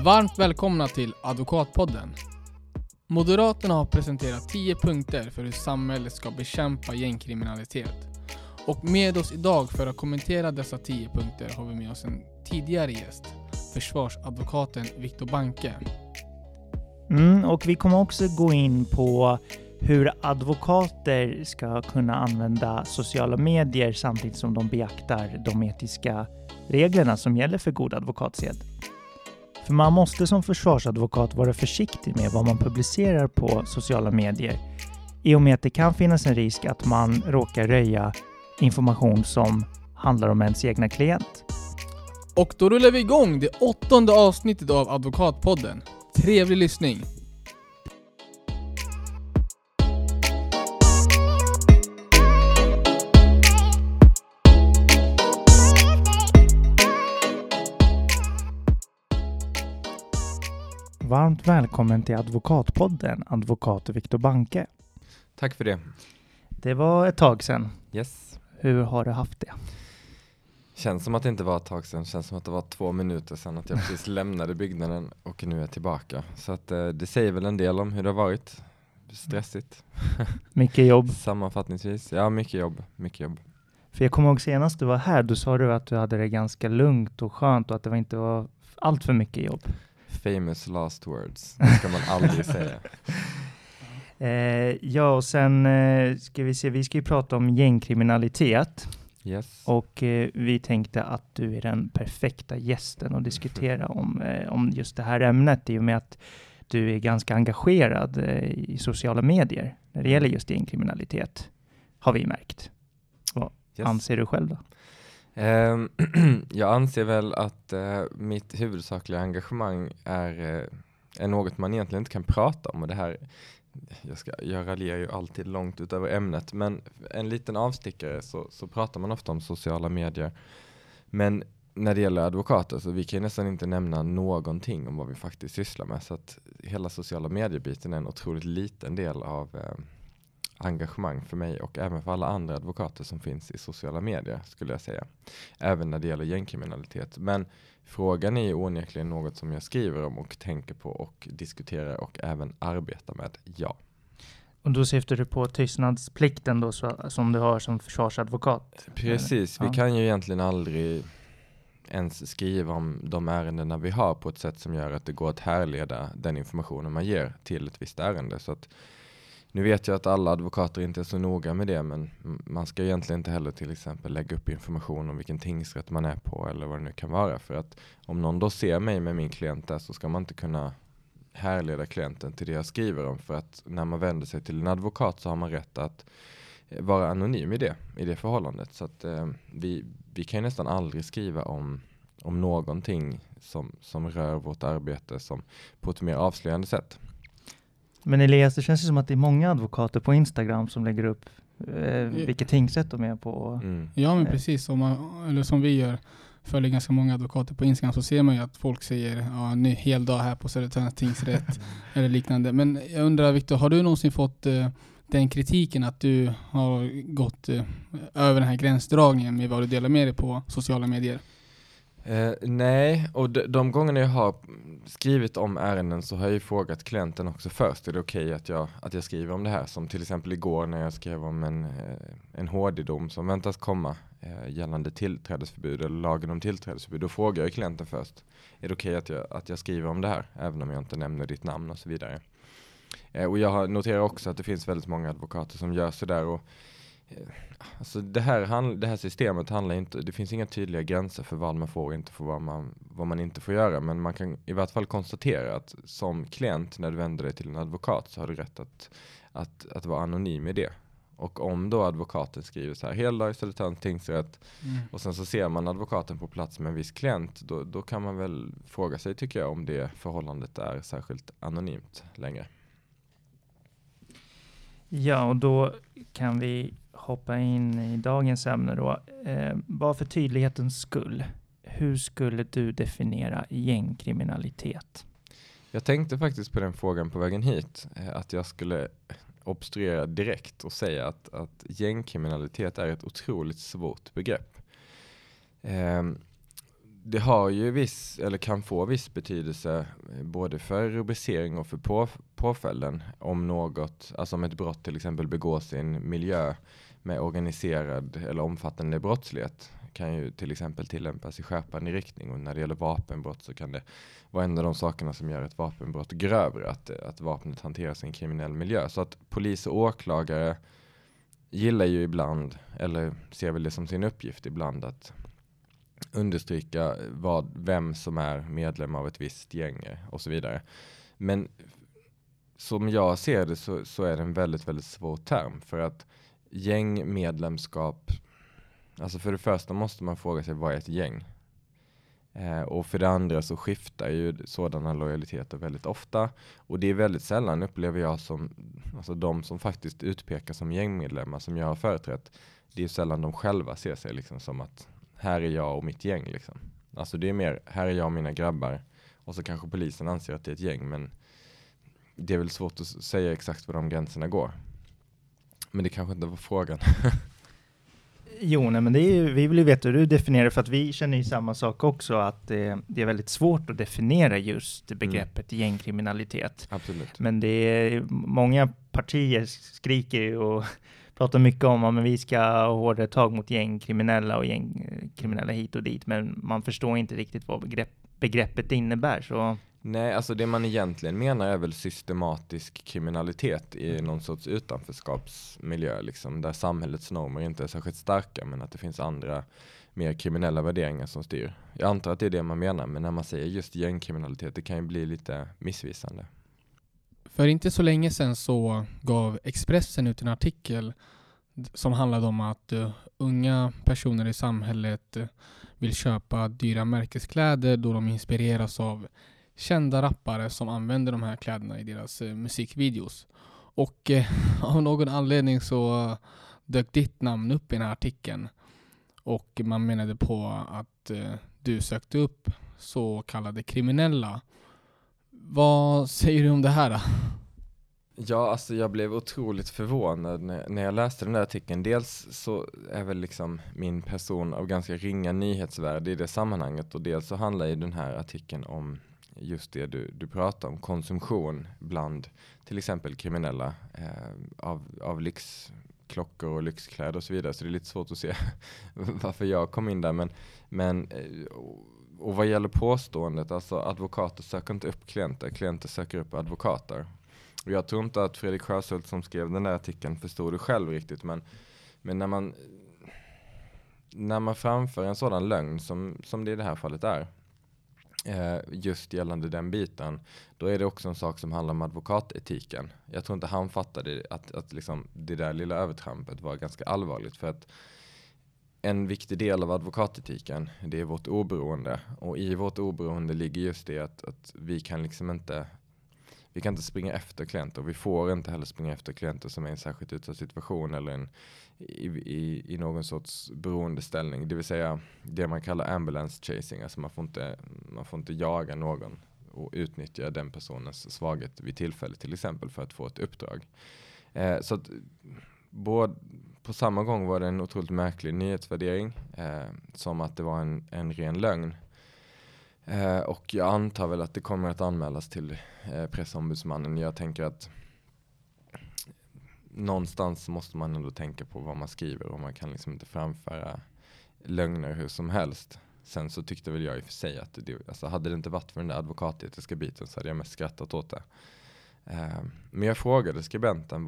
Varmt välkomna till Advokatpodden. Moderaterna har presenterat 10 punkter för hur samhället ska bekämpa gängkriminalitet. Och med oss idag för att kommentera dessa 10 punkter har vi med oss en tidigare gäst, försvarsadvokaten Viktor Banke. Och vi kommer också gå in på hur advokater ska kunna använda sociala medier samtidigt som de beaktar de etiska reglerna som gäller för god advokatsed. För man måste som försvarsadvokat vara försiktig med vad man publicerar på sociala medier i och med att det kan finnas en risk att man råkar röja information som handlar om ens egna klient. Och då rullar vi igång det 8:e avsnittet av Advokatpodden. Trevlig lyssning! Varmt välkommen till Advokatpodden, advokat Viktor Banke. Tack för det. Det var ett tag sedan. Yes. Hur har du haft det? Känns som att det inte var ett tag sedan. Känns som att det var 2 minuter sedan att jag precis lämnade byggnaden och nu är jag tillbaka. Så att det säger väl en del om hur det har varit. Stressigt. Mycket jobb. Sammanfattningsvis. Ja, mycket jobb. Mycket jobb. För jag kommer ihåg senast du var här, då sa du att du hade det ganska lugnt och skönt och att det inte var allt för mycket jobb. Famous last words. Det ska man aldrig säga. Ja, och sen ska vi se, vi ska ju prata om gängkriminalitet. Yes. Och vi tänkte att du är den perfekta gästen att diskutera om just det här ämnet i och med att du är ganska engagerad i sociala medier när det gäller just gängkriminalitet, har vi märkt. Vad anser du själv då? Jag anser väl att mitt huvudsakliga engagemang är något man egentligen inte kan prata om. Och det här, jag raljerar ju alltid långt utöver ämnet. Men en liten avstickare så pratar man ofta om sociala medier. Men när det gäller advokater så vi kan nästan inte nämna någonting om vad vi faktiskt sysslar med. Så att hela sociala mediebiten är en otroligt liten del av engagemang för mig och även för alla andra advokater som finns i sociala medier, skulle jag säga. Även när det gäller gängkriminalitet. Men frågan är ju onekligen något som jag skriver om och tänker på och diskuterar och även arbetar med, ja. Och då syftar du på tystnadsplikten då, som du har som försvarsadvokat? Precis, vi kan ju egentligen aldrig ens skriva om de ärendena vi har på ett sätt som gör att det går att härleda den informationen man ger till ett visst ärende. Så att nu vet jag att alla advokater inte är så noga med det, men man ska egentligen inte heller till exempel lägga upp information om vilken tingsrätt man är på eller vad det nu kan vara. För att om någon då ser mig med min klient där så ska man inte kunna härleda klienten till det jag skriver om. För att när man vänder sig till en advokat så har man rätt att vara anonym i det förhållandet. Så att vi kan ju nästan aldrig skriva om någonting som rör vårt arbete som på ett mer avslöjande sätt. Men Elias, det känns som att det är många advokater på Instagram som lägger upp vilket tingsrätt de är på. Ja, men precis. Som vi gör, följer ganska många advokater på Instagram, så ser man ju att folk säger nu hel dag här på Södertörns tingsrätt eller liknande. Men jag undrar, Viktor, har du någonsin fått den kritiken att du har gått över den här gränsdragningen med vad du delar med dig på sociala medier? Nej, och de gångerna jag har skrivit om ärenden så har jag ju frågat klienten också först. Är det okej att jag skriver om det här? Som till exempel igår när jag skrev om en HD-dom som väntas komma gällande tillträdesförbud eller lagen om tillträdesförbud. Då frågar jag klienten först. Är det okej att jag skriver om det här? Även om jag inte nämner ditt namn och så vidare. Och jag noterar också att det finns väldigt många advokater som gör sådär. Och alltså det här systemet handlar inte, det finns inga tydliga gränser för vad man får och inte får, vad man inte får göra, men man kan i vart fall konstatera att som klient när du vänder dig till en advokat så har du rätt att vara anonym i det. Och om då advokaten skriver så här hela dag i Södertörns tingsrätt och sen så ser man advokaten på plats med en viss klient, då kan man väl fråga sig, tycker jag, om det förhållandet är särskilt anonymt längre. Ja, och då kan vi hoppa in i dagens ämne då. Bara för tydlighetens skull, hur skulle du definiera gängkriminalitet? Jag tänkte faktiskt på den frågan på vägen hit, att jag skulle obstruera direkt och säga att gängkriminalitet är ett otroligt svårt begrepp. det har ju viss, eller kan få viss betydelse både för rubricering och för påföljden om något, alltså om ett brott till exempel begås i en miljö med organiserad eller omfattande brottslighet, kan ju till exempel tillämpas i skärpande riktning, och när det gäller vapenbrott så kan det vara en av de sakerna som gör ett vapenbrott grövre, att vapnet hanteras i en kriminell miljö. Så att polis och åklagare gillar ju ibland, eller ser väl det som sin uppgift ibland, att understryka vem som är medlem av ett visst gäng och så vidare. Men som jag ser det så är det en väldigt, väldigt svår term, för att gängmedlemskap, alltså för det första måste man fråga sig, vad är ett gäng? Och för det andra så skiftar ju sådana lojaliteter väldigt ofta, och det är väldigt sällan, upplever jag, som alltså de som faktiskt utpekas som gängmedlemmar som jag har företrätt, det är sällan de själva ser sig liksom som att här är jag och mitt gäng liksom. Alltså det är mer, här är jag och mina grabbar, och så kanske polisen anser att det är ett gäng, men det är väl svårt att säga exakt var de gränserna går. Men det kanske inte var frågan. Jo, nej, men det är ju, vi vill ju veta hur du definierar, för att vi känner ju samma sak också, att det är väldigt svårt att definiera just begreppet gängkriminalitet. Absolut. Men det är många partier skriker ju och pratar mycket om att vi ska ha hårdare tag mot gängkriminella och gängkriminella hit och dit, men man förstår inte riktigt vad begreppet innebär. Så Nej, alltså det man egentligen menar är väl systematisk kriminalitet i någon sorts utanförskapsmiljö liksom, där samhällets normer inte är särskilt starka, men att det finns andra mer kriminella värderingar som styr. Jag antar att det är det man menar, men när man säger just gängkriminalitet, det kan ju bli lite missvisande. För inte så länge sedan så gav Expressen ut en artikel som handlade om att unga personer i samhället vill köpa dyra märkeskläder då de inspireras av kända rappare som använder de här kläderna i deras musikvideos. Och av någon anledning så dök ditt namn upp i den här artikeln. Och man menade på att du sökte upp så kallade kriminella. Vad säger du om det här då? Ja, alltså jag blev otroligt förvånad när jag läste den där artikeln. Dels så är väl liksom min person av ganska ringa nyhetsvärde i det sammanhanget, och dels så handlar ju den här artikeln om just det du pratar om, konsumtion bland till exempel kriminella av lyxklockor och lyxkläder och så vidare. Så det är lite svårt att se varför jag kom in där. Men och vad gäller påståendet, alltså advokater söker inte upp klienter söker upp advokater. Och jag tror inte att Fredrik Sjöshult som skrev den där artikeln förstod det själv riktigt, men när man framför en sådan lögn som det i det här fallet är, just gällande den biten, då är det också en sak som handlar om advokatetiken. Jag tror inte han fattade att liksom det där lilla övertrampet var ganska allvarligt, för att en viktig del av advokatetiken, det är vårt oberoende, och i vårt oberoende ligger just det att vi kan liksom inte springa efter klienter, och vi får inte heller springa efter klienter som är i en särskilt utsatt situation eller i någon sorts beroendeställning. Det vill säga det man kallar ambulance chasing. Alltså man får inte jaga någon och utnyttja den personens svaghet vid tillfälle, till exempel för att få ett uppdrag. Så att på samma gång var det en otroligt märklig nyhetsvärdering, som att det var en ren lögn. Och jag antar väl att det kommer att anmälas till pressombudsmannen. Jag tänker att någonstans måste man ändå tänka på vad man skriver, och man kan liksom inte framföra lögner hur som helst. Sen så tyckte väl jag i och för sig att alltså hade det inte varit för den där advokatetiska biten så hade jag mest skrattat åt det. Men jag frågade skribenten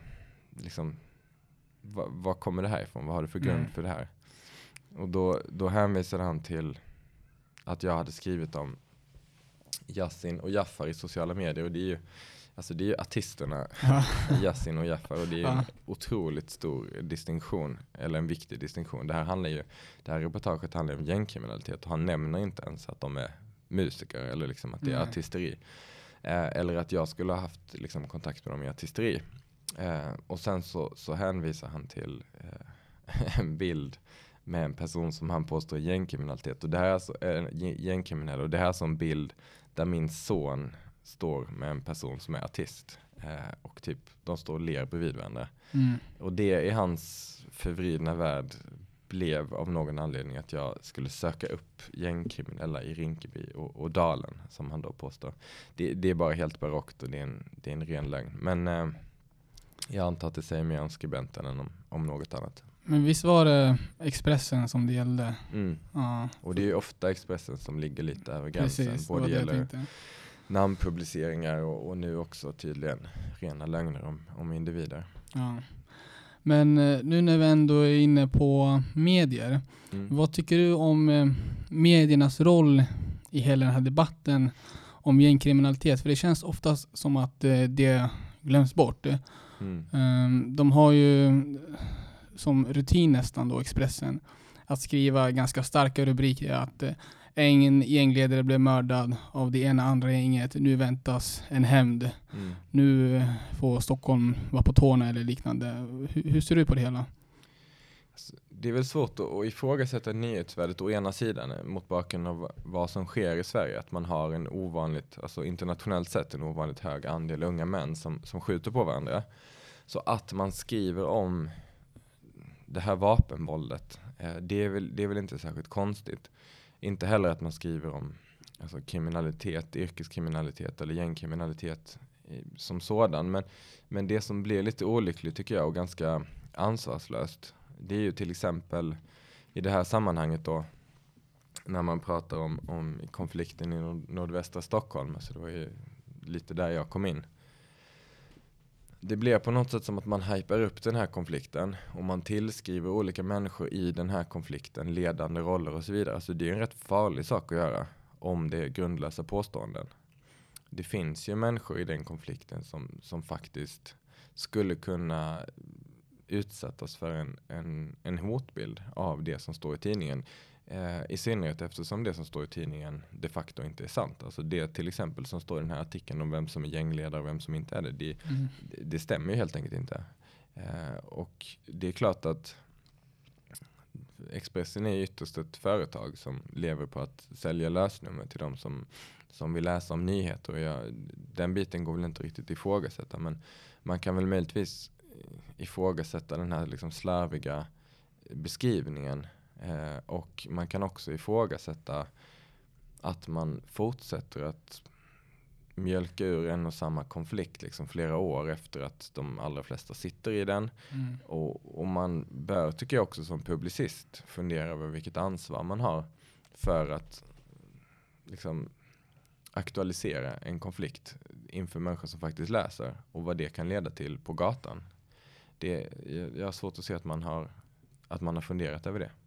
vad kommer det här ifrån? Vad har du för grund för det här? Och då hänvisade han till att jag hade skrivit om Yasin och Jaffar i sociala medier, och det är ju artisterna Yasin och Jaffar, och det är en otroligt stor distinktion, eller en viktig distinktion. Det här reportaget handlar om gängkriminalitet, och han nämner inte ens att de är musiker eller liksom att det är artisteri, eller att jag skulle ha haft liksom kontakt med dem i artisteri. Och sen så hänvisar han till en bild med en person som han påstår är gängkriminalitet, och det här är alltså gängkriminell, och det här är alltså en bild där min son står med en person som är artist, och typ de står och ler bredvid varandra. Och det i hans förvridna värld blev av någon anledning att jag skulle söka upp gängkriminella i Rinkeby och Dalen, som han då påstår. Det är bara helt barockt och det är en ren lögn. Men jag antar att det säger mer om skribenten än om något annat. Men visst var det Expressen som det gällde? Ja. Och det är ju ofta Expressen som ligger lite över gränsen. Precis, både gäller namnpubliceringar och nu också tydligen rena lögner om individer. Ja. Men nu när vi ändå är inne på medier, vad tycker du om mediernas roll i hela den här debatten om gängkriminalitet? För det känns oftast som att det glöms bort. De har ju som rutin nästan då, Expressen, att skriva ganska starka rubriker att en gängledare blev mördad av det ena andra gänget. Nu väntas en hämnd. Nu får Stockholm vara på tårna eller liknande. Hur ser du på det hela? Det är väl svårt att ifrågasätta nyhetsvärdet å ena sidan mot bakgrund av vad som sker i Sverige. Att man har en ovanligt, alltså internationellt sett en ovanligt hög andel unga män som skjuter på varandra. Så att man skriver om det här vapenvåldet, det är väl inte särskilt konstigt. Inte heller att man skriver om alltså kriminalitet, yrkeskriminalitet eller gängkriminalitet som sådan. Men det som blir lite olyckligt tycker jag och ganska ansvarslöst, det är ju till exempel i det här sammanhanget då, när man pratar om konflikten i nordvästra Stockholm. Alltså det var ju lite där jag kom in. Det blir på något sätt som att man hypar upp den här konflikten och man tillskriver olika människor i den här konflikten ledande roller och så vidare. Alltså det är en rätt farlig sak att göra om det är grundlösa påståenden. Det finns ju människor i den konflikten som faktiskt skulle kunna utsättas för en hotbild av det som står i tidningen. I synnerhet eftersom det som står i tidningen de facto inte är sant. Alltså det till exempel som står i den här artikeln om vem som är gängledare och vem som inte är det. Det stämmer ju helt enkelt inte. Och det är klart att Expressen är ytterst ett företag som lever på att sälja lösnummer till de som vill läsa om nyheter. Och den biten går väl inte riktigt ifrågasätta. Men man kan väl möjligtvis ifrågasätta den här liksom slarviga beskrivningen. Och man kan också ifrågasätta att man fortsätter att mjölka ur en och samma konflikt liksom flera år efter att de allra flesta sitter i den. Och man bör, tycker jag också som publicist, fundera över vilket ansvar man har för att liksom aktualisera en konflikt inför människor som faktiskt läser och vad det kan leda till på gatan. Jag har svårt att se att man har funderat över det.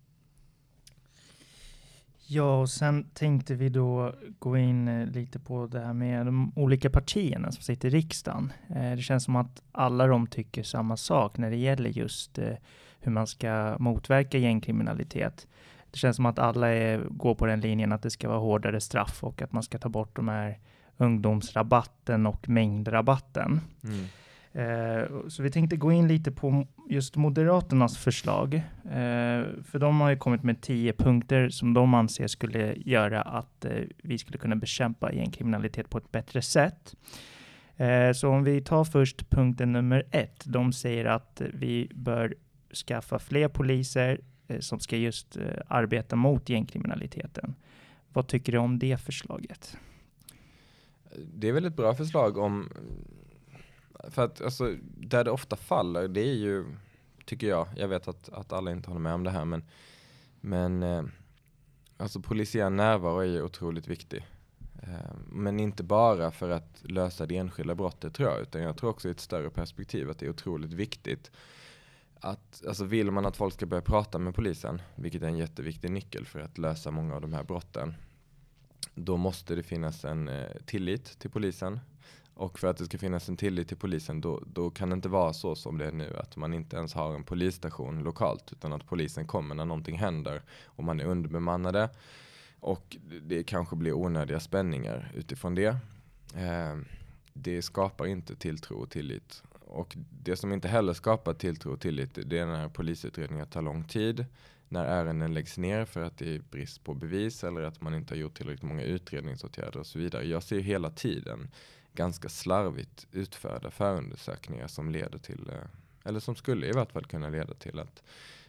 Ja, och sen tänkte vi då gå in lite på det här med de olika partierna som sitter i riksdagen. Det känns som att alla de tycker samma sak när det gäller just hur man ska motverka gängkriminalitet. Det känns som att alla går på den linjen att det ska vara hårdare straff och att man ska ta bort de här ungdomsrabatten och mängdrabatten. Så vi tänkte gå in lite på just Moderaternas förslag. För de har ju kommit med 10 punkter som de anser skulle göra att vi skulle kunna bekämpa gängkriminalitet på ett bättre sätt. Så om vi tar först punkten nummer 1. De säger att vi bör skaffa fler poliser som ska just arbeta mot gängkriminaliteten. Vad tycker du om det förslaget? Det är väl ett bra förslag för att alltså, där det ofta faller, det är ju, tycker jag vet att alla inte håller med om det här, men alltså polisiär närvaro är ju otroligt viktig. Men inte bara för att lösa det enskilda brottet tror jag, utan jag tror också i ett större perspektiv att det är otroligt viktigt att, alltså vill man att folk ska börja prata med polisen, vilket är en jätteviktig nyckel för att lösa många av de här brotten, då måste det finnas en tillit till polisen. Och för att det ska finnas en tillit till polisen då kan det inte vara så som det är nu, att man inte ens har en polisstation lokalt, utan att polisen kommer när någonting händer och man är underbemannade och det kanske blir onödiga spänningar utifrån det. Det skapar inte tilltro och tillit. Och det som inte heller skapar tilltro och tillit, det är när polisutredningar tar lång tid, när ärenden läggs ner för att det är brist på bevis eller att man inte har gjort tillräckligt många utredningsåtgärder och så vidare. Jag ser hela tiden ganska slarvigt utförda förundersökningar som leder till, eller som skulle i vart fall kunna leda till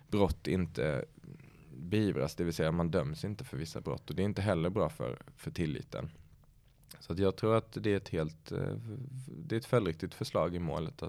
brott inte beivras, det vill säga man döms inte för vissa brott, och det är inte heller bra för tilliten. Så att jag tror att det är ett följdriktigt förslag i målet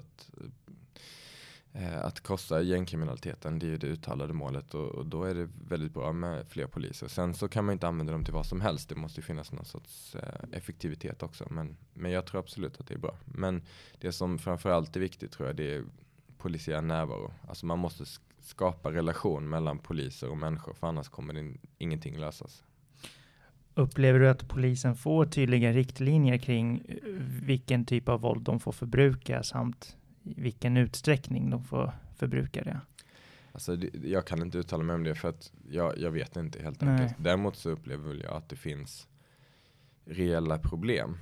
att krossa gängkriminaliteten. Det är ju det uttalade målet, och då är det väldigt bra med fler poliser. Sen så kan man inte använda dem till vad som helst. Det måste ju finnas någon sorts effektivitet också. Men jag tror absolut att det är bra. Men det som framförallt är viktigt, tror jag, det är polisiär närvaro. Alltså man måste skapa relation mellan poliser och människor, för annars kommer ingenting lösas. Upplever du att polisen får tydliga riktlinjer kring vilken typ av våld de får förbruka samt i vilken utsträckning de får förbruka det? Alltså jag kan inte uttala mig om det, för att jag vet inte helt enkelt. Däremot så upplever jag att det finns reella problem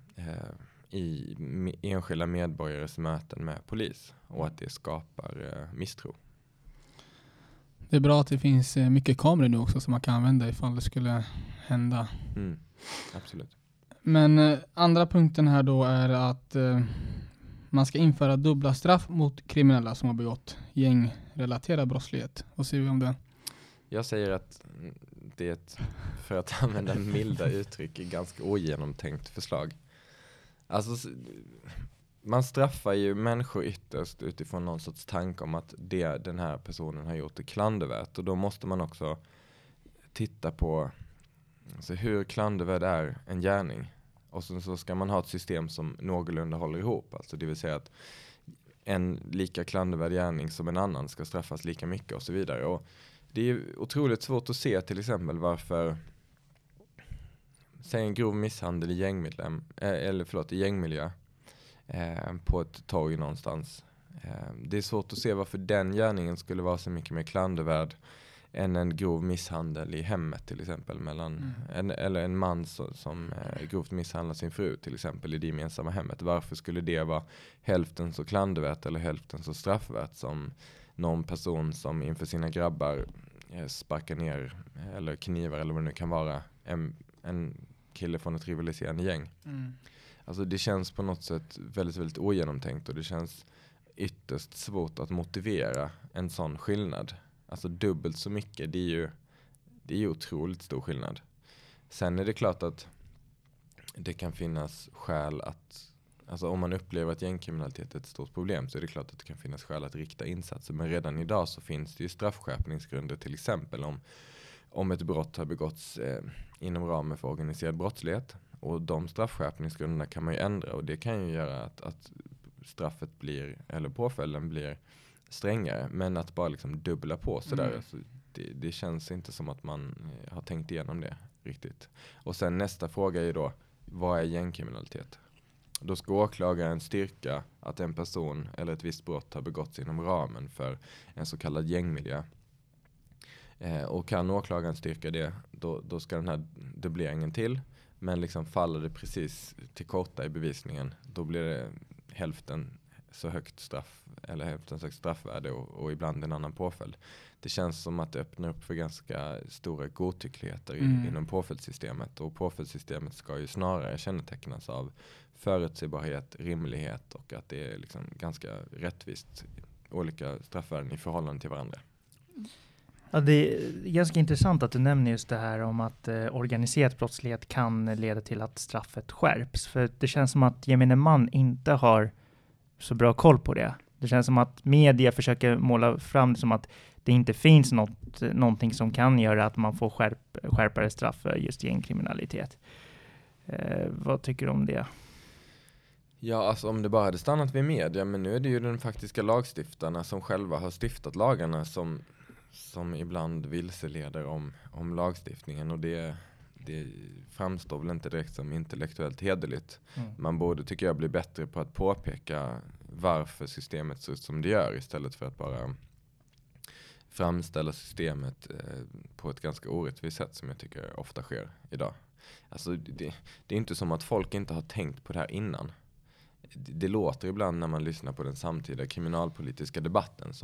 i enskilda medborgares möten med polis, och att det skapar misstro. Det är bra att det finns mycket kameror nu också som man kan använda ifall det skulle hända. Absolut. Men andra punkten här då är att man ska införa dubbla straff mot kriminella som har begått gängrelaterad brottslighet. Vad säger vi om det? Jag säger att det är för att använda milda uttryck, är ganska ogenomtänkt förslag. Alltså, man straffar ju människor ytterst utifrån någon sorts tanke om att den här personen har gjort det klandervärt. Och då måste man också titta på alltså, hur klandervärd är en gärning. Och så ska man ha ett system som någorlunda håller ihop. Alltså det vill säga att en lika klandervärd gärning som en annan ska straffas lika mycket och så vidare. Och det är otroligt svårt att se till exempel varför, säg en grov misshandel i gängmiljö på ett torg någonstans. Det är svårt att se varför den gärningen skulle vara så mycket mer klandervärd än en grov misshandel i hemmet till exempel, eller en man som grovt misshandlar sin fru till exempel i det gemensamma hemmet. Varför skulle det vara hälften så klandervärt eller hälften så straffvärt som någon person som inför sina grabbar sparkar ner eller knivar eller vad det nu kan vara en kille från ett rivaliserande gäng? Alltså det känns på något sätt väldigt, väldigt ogenomtänkt, och det känns ytterst svårt att motivera en sån skillnad. Alltså dubbelt så mycket, det är ju otroligt stor skillnad. Sen är det klart att det kan finnas skäl att, alltså om man upplever att gängkriminalitet är ett stort problem, så är det klart att det kan finnas skäl att rikta insatser. Men redan idag så finns det ju straffskärpningsgrunder, till exempel om ett brott har begåtts inom ramen för organiserad brottslighet. Och de straffskärpningsgrunderna kan man ju ändra, och det kan ju göra att straffet blir, eller påföljden blir strängare. Men att bara liksom dubbla på sådär, alltså det känns inte som att man har tänkt igenom det riktigt. Och sen nästa fråga är ju då, vad är gängkriminalitet? Då ska åklagaren styrka att en person eller ett visst brott har begåtts inom ramen för en så kallad gängmiljö. Och kan åklagaren styrka det, då ska den här dubbleringen till. Men liksom faller det precis till korta i bevisningen, då blir det hälften så högt straff, eller hälften så högt straffvärde och ibland en annan påföljd. Det känns som att det öppnar upp för ganska stora godtyckligheter inom påföljdssystemet. Och påföljdssystemet ska ju snarare kännetecknas av förutsägbarhet, rimlighet, och att det är liksom ganska rättvist olika straffvärden i förhållande till varandra. Ja, det är ganska intressant att du nämner just det här om att organiserad brottslighet kan leda till att straffet skärps. För det känns som att gemene man inte har så bra koll på det. Det känns som att media försöker måla fram det som att det inte finns någonting som kan göra att man får skärpare straff för just gängkriminalitet. Vad tycker du om det? Ja, alltså om det bara hade stannat vid media, men nu är det ju den faktiska lagstiftarna som själva har stiftat lagarna som ibland vilseleder om lagstiftningen, och det framstår väl inte direkt som intellektuellt hederligt. Man borde, tycker jag, bli bättre på att påpeka varför systemet ser ut som det gör, istället för att bara framställa systemet på ett ganska orättvist sätt som jag tycker ofta sker idag. Alltså det är inte som att folk inte har tänkt på det här innan. Det låter ibland när man lyssnar på den samtida kriminalpolitiska debatten som att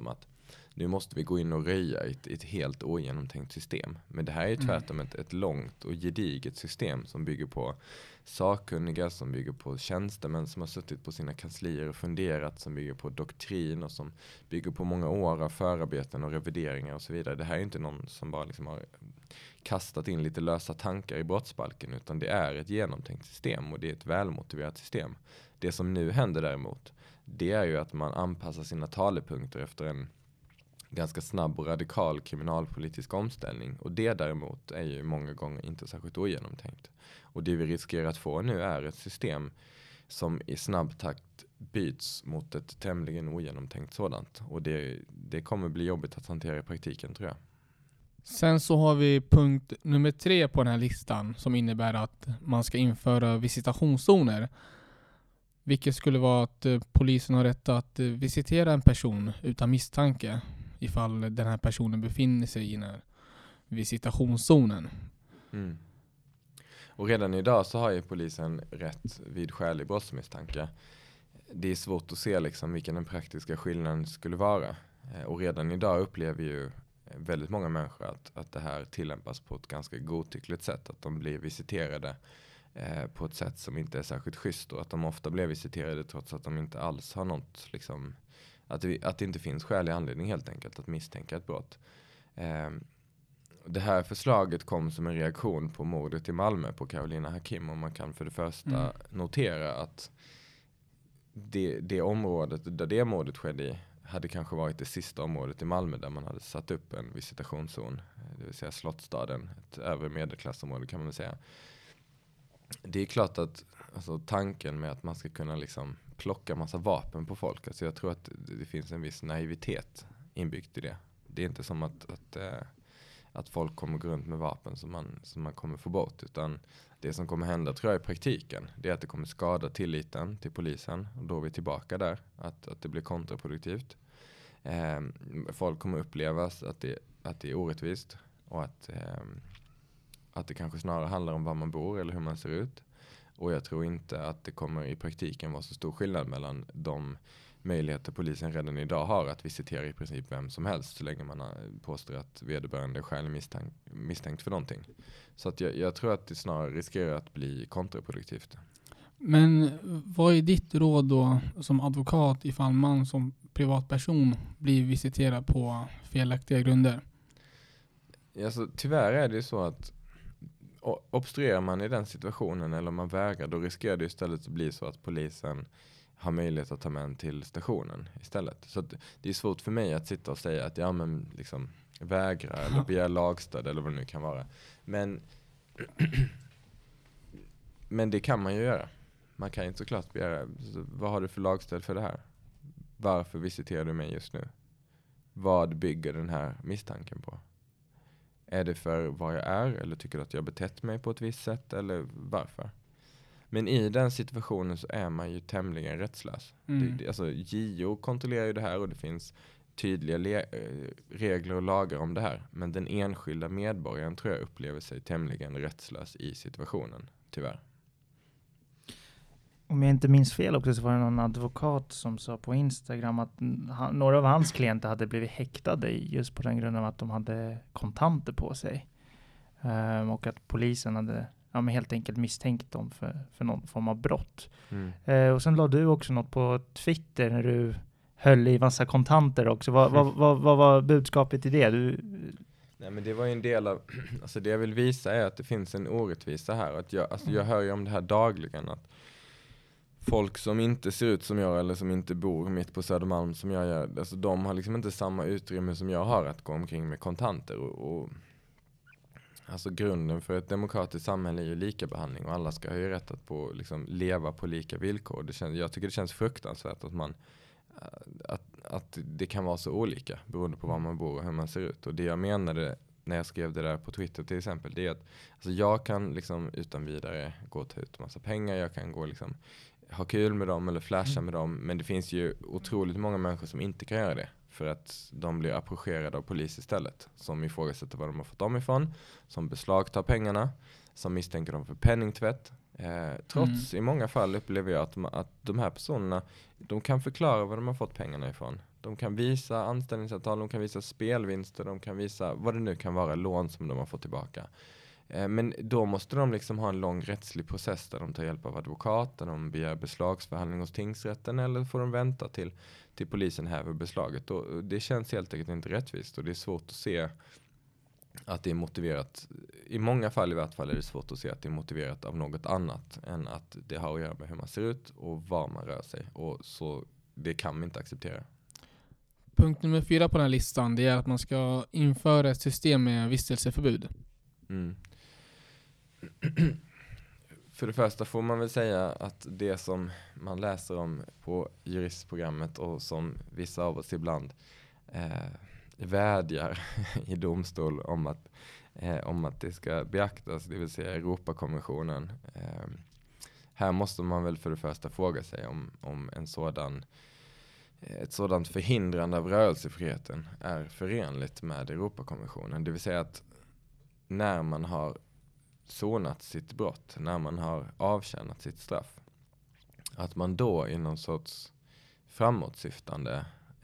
nu måste vi gå in och röja ett helt ogenomtänkt system. Men det här är tvärtom ett långt och gediget system som bygger på sakkunniga, som bygger på tjänstemän som har suttit på sina kanslier och funderat, som bygger på doktrin och som bygger på många år av förarbeten och revideringar och så vidare. Det här är inte någon som bara liksom har kastat in lite lösa tankar i brottsbalken, utan det är ett genomtänkt system och det är ett välmotiverat system. Det som nu händer däremot, det är ju att man anpassar sina talepunkter efter en ganska snabb och radikal kriminalpolitisk omställning. Och det däremot är ju många gånger inte särskilt ogenomtänkt. Och det vi riskerar att få nu är ett system som i snabb takt byts mot ett tämligen ogenomtänkt sådant. Och det kommer bli jobbigt att hantera i praktiken, tror jag. Sen så har vi punkt nummer 3 på den här listan som innebär att man ska införa visitationszoner. Vilket skulle vara att polisen har rätt att visitera en person utan misstanke ifall den här personen befinner sig i den här visitationszonen. Mm. Och redan idag så har ju polisen rätt vid skälig brottsmisstanke. Det är svårt att se liksom vilken den praktiska skillnaden skulle vara. Och redan idag upplever ju väldigt många människor att det här tillämpas på ett ganska godtyckligt sätt. Att de blir visiterade på ett sätt som inte är särskilt schysst, och att de ofta blir visiterade trots att de inte alls har något liksom, att det inte finns skälig anledning helt enkelt att misstänka ett brott. Det här förslaget kom som en reaktion på mordet i Malmö på Carolina Hakim, och man kan för det första notera att det området där det mordet skedde i hade kanske varit det sista området i Malmö där man hade satt upp en visitationszon, det vill säga Slottsstaden, ett övre medelklassområde kan man väl säga. Det är klart att alltså, tanken med att man ska kunna liksom plocka massa vapen på folk, alltså jag tror att det finns en viss naivitet inbyggt i det. Det är inte som att folk kommer gå runt med vapen som man kommer få bort, utan det som kommer hända tror jag i praktiken, det är att det kommer skada tilliten till polisen, och då är vi tillbaka där, att det blir kontraproduktivt. Folk kommer upplevas att det är orättvist, och att det kanske snarare handlar om var man bor eller hur man ser ut. Och jag tror inte att det kommer i praktiken vara så stor skillnad mellan de möjligheter polisen redan idag har att visitera i princip vem som helst, så länge man påstår att vederbörande är skäligen misstänkt för någonting. Så att jag tror att det snarare riskerar att bli kontraproduktivt. Men vad är ditt råd då som advokat ifall man som privatperson blir visiterad på felaktiga grunder? Alltså, tyvärr är det så att obstruerar man i den situationen eller man vägrar, då riskerar det istället att bli så att polisen har möjlighet att ta med en till stationen istället. Så att det är svårt för mig att sitta och säga att ja, men liksom vägra eller begära lagstöd eller vad det nu kan vara. Men det kan man ju göra. Man kan ju såklart begära, vad har du för lagstöd för det här? Varför visiterar du mig just nu? Vad bygger den här misstanken på? Är det för vad jag är, eller tycker du att jag betett mig på ett visst sätt, eller varför? Men i den situationen så är man ju tämligen rättslös. Alltså JO kontrollerar ju det här, och det finns tydliga regler och lagar om det här. Men den enskilda medborgaren tror jag upplever sig tämligen rättslös i situationen, tyvärr. Om jag inte minns fel också, så var det någon advokat som sa på Instagram att några av hans klienter hade blivit häktade just på den grunden att de hade kontanter på sig. Och att polisen hade helt enkelt misstänkt dem för någon form av brott. Och sen la du också något på Twitter när du höll i massa kontanter också. Vad var budskapet i det? Nej, men det var ju en del av, alltså det jag vill visa är att det finns en orättvisa här. Att jag hör ju om det här dagligen, att folk som inte ser ut som jag eller som inte bor mitt på Södermalm som jag gör, alltså de har liksom inte samma utrymme som jag har att gå omkring med kontanter. Och alltså grunden för ett demokratiskt samhälle är ju lika behandling, och alla ska ha ju rätt att liksom leva på lika villkor. Jag tycker det känns fruktansvärt att det kan vara så olika beroende på var man bor och hur man ser ut. Och det jag menade när jag skrev det där på Twitter till exempel, det är att alltså jag kan liksom utan vidare gå och ta ut massa pengar, jag kan gå liksom ha kul med dem eller flasha med dem, men det finns ju otroligt många människor som inte kan göra det för att de blir approcherade av polis istället, som ifrågasätter var de har fått dem ifrån, som beslagtar pengarna, som misstänker dem för penningtvätt. Trots i många fall upplever jag att de här personerna, de kan förklara var de har fått pengarna ifrån. De kan visa anställningsavtal, de kan visa spelvinster, de kan visa vad det nu kan vara, lån som de har fått tillbaka. Men då måste de liksom ha en lång rättslig process där de tar hjälp av advokaten, de begär beslagsförhandling hos tingsrätten, eller får de vänta till polisen häver beslaget. Och det känns helt enkelt inte rättvist, och det är svårt att se att det är motiverat. I många fall i vart fall är det svårt att se att det är motiverat av något annat än att det har att göra med hur man ser ut och var man rör sig. Och så det kan vi inte acceptera. Punkt nummer 4 på den här listan, det är att man ska införa ett system med vistelseförbud. Mm. För det första får man väl säga att det som man läser om på juristprogrammet och som vissa av oss ibland vädjar i domstol om att det ska beaktas, det vill säga Europakonventionen. Här måste man väl för det första fråga sig om ett sådant förhindrande av rörelsefriheten är förenligt med Europakonventionen. Det vill säga att när man har sonat sitt brott, när man har avtjänat sitt straff, att man då i någon sorts framåtsyftande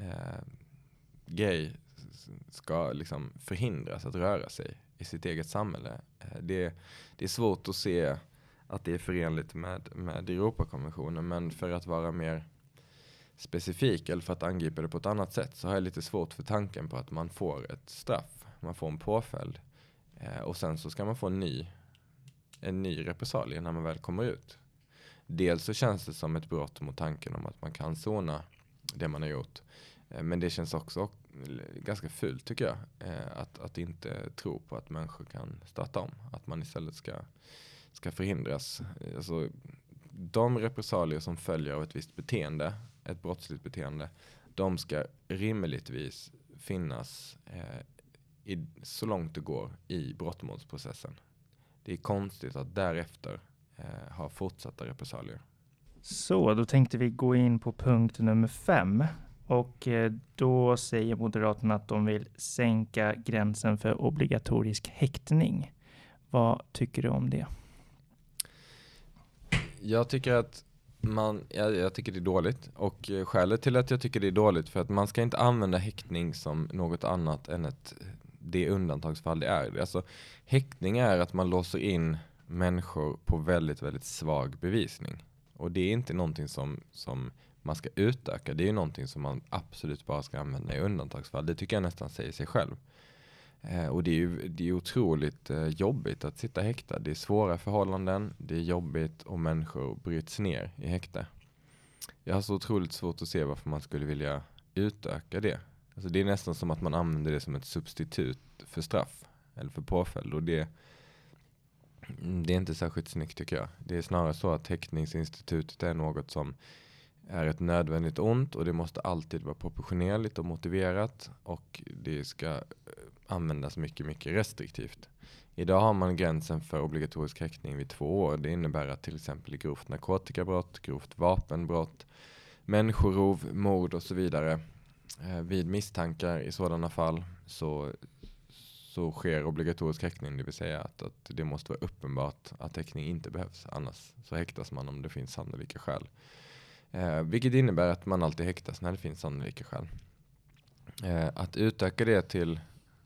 grej ska liksom förhindras att röra sig i sitt eget samhälle. Det är svårt att se att det är förenligt med Europakonventionen, men för att vara mer specifik eller för att angripa det på ett annat sätt så har jag lite svårt för tanken på att man får ett straff, man får en påföljd och sen så ska man få en ny repressalie när man väl kommer ut. Dels så känns det som ett brott mot tanken om att man kan sona det man har gjort. Men det känns också ganska fult tycker jag. Att inte tro på att människor kan starta om. Att man istället ska förhindras. Alltså, de repressalier som följer av ett visst beteende, ett brottsligt beteende, de ska rimligtvis finnas så långt det går i brottmålsprocessen. Det är konstigt att därefter ha fortsatta repressalier. Så, då tänkte vi gå in på punkt nummer 5. Och då säger Moderaterna att de vill sänka gränsen för obligatorisk häktning. Vad tycker du om det? Jag tycker att jag tycker det är dåligt. Och skälet till att jag tycker det är dåligt för att man ska inte använda häktning som något annat än det undantagsfall det är. Alltså, häktning är att man låser in människor på väldigt, väldigt svag bevisning. Och det är inte någonting som man ska utöka. Det är någonting som man absolut bara ska använda i undantagsfall. Det tycker jag nästan säger sig själv. Och det är otroligt jobbigt att sitta häktad. Det är svåra förhållanden, det är jobbigt och människor bryts ner i häkte. Jag har så otroligt svårt att se varför man skulle vilja utöka det. Alltså det är nästan som att man använder det som ett substitut för straff eller för påföljd. Och det är inte särskilt snyggt tycker jag. Det är snarare så att häktningsinstitutet är något som är ett nödvändigt ont och det måste alltid vara proportionerligt och motiverat och det ska användas mycket, mycket restriktivt. Idag har man gränsen för obligatorisk häktning vid 2 år. Det innebär att till exempel i grovt narkotikabrott, grovt vapenbrott, människorov, mord och så vidare vid misstankar i sådana fall så sker obligatorisk häktning, det vill säga att det måste vara uppenbart att häktning inte behövs. Annars så häktas man om det finns sannolika skäl. Vilket innebär att man alltid häktas när det finns sannolika skäl. Att utöka det till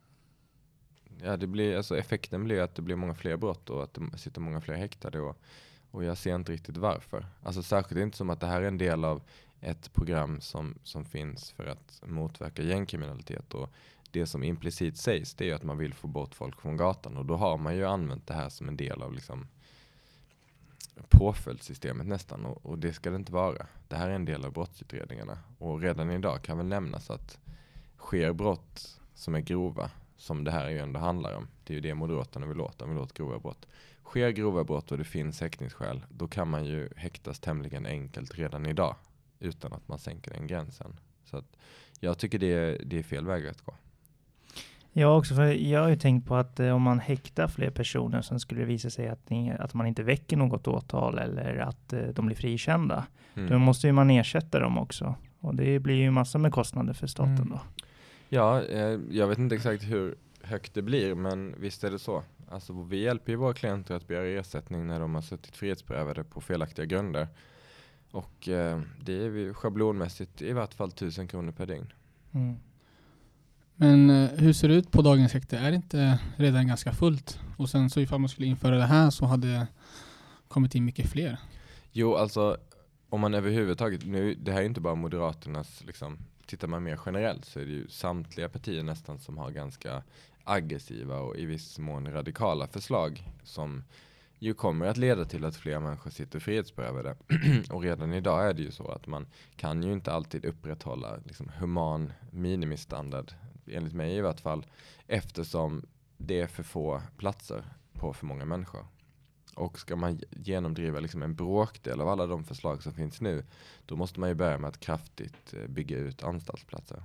effekten blir att det blir många fler brott och att det sitter många fler häktade och jag ser inte riktigt varför. Alltså särskilt inte som att det här är en del av ett program som finns för att motverka gängkriminalitet och det som implicit sägs det är att man vill få bort folk från gatan och då har man ju använt det här som en del av liksom påföljdssystemet nästan och det ska det inte vara. Det här är en del av brottsutredningarna och redan idag kan väl nämnas att sker brott som är grova som det här ju ändå handlar om. Det är ju det Moderaterna vill åt. De vill åt grova brott. Sker grova brott och det finns häktningsskäl då kan man ju häktas tämligen enkelt redan idag utan att man sänker den gränsen. Så att jag tycker det är fel väg att gå. Jag också, för jag har ju tänkt på att om man häktar fler personer så skulle det visa sig att man inte väcker något åtal eller att de blir frikända. Då måste ju man ersätta dem också. Och det blir ju massor med kostnader för staten då. Ja, jag vet inte exakt hur högt det blir, men visst är det så. Alltså vi hjälper ju våra klienter att begära ersättning när de har suttit frihetsberövade på felaktiga grunder. Och det är schablonmässigt i vart fall 1 000 kronor per dygn. Mm. Men hur ser det ut på dagens häkte? Är det inte redan ganska fullt? Och sen så ifall man skulle införa det här så hade det kommit in mycket fler. Jo, alltså om man överhuvudtaget, nu, det här är inte bara Moderaternas, liksom, tittar man mer generellt så är det ju samtliga partier nästan som har ganska aggressiva och i viss mån radikala förslag som ju kommer att leda till att fler människor sitter frihetsberövade. Och redan idag är det ju så att man kan ju inte alltid upprätthålla liksom, human minimistandard, enligt mig i vart fall, eftersom det är för få platser på för många människor. Och ska man genomdriva liksom en bråkdel av alla de förslag som finns nu, då måste man ju börja med att kraftigt bygga ut anstaltsplatser.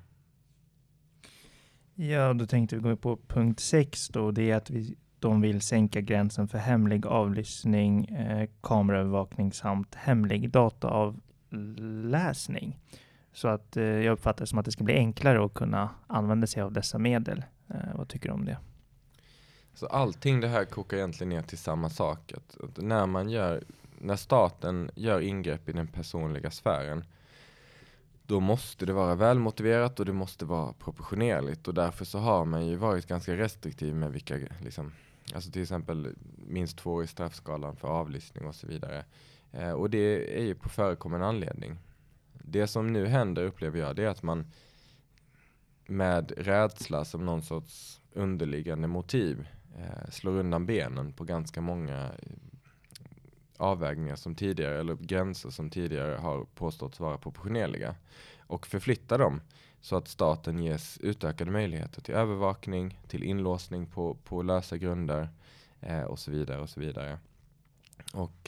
Ja, då tänkte vi gå på punkt 6 då. Det är att de vill sänka gränsen för hemlig avlyssning, kameraövervakning samt hemlig dataavläsning. Så att jag uppfattar det som att det ska bli enklare att kunna använda sig av dessa medel. Vad tycker du om det? Så allting det här kokar egentligen ner till samma sak. Att när staten gör ingrepp i den personliga sfären, då måste det vara välmotiverat och det måste vara proportionerligt. Och därför så har man ju varit ganska restriktiv med vilka, liksom, alltså till exempel minst 2 i straffskalan för avlyssning och så vidare. Och det är ju på förekommande anledning. Det som nu händer, upplever jag, det är att man med rädsla som någon sorts underliggande motiv slår undan benen på ganska många avvägningar som tidigare, eller gränser som tidigare har påståtts vara proportionerliga, och förflyttar dem så att staten ges utökade möjligheter till övervakning, till inlåsning på lösa grunder och så vidare och så vidare. Och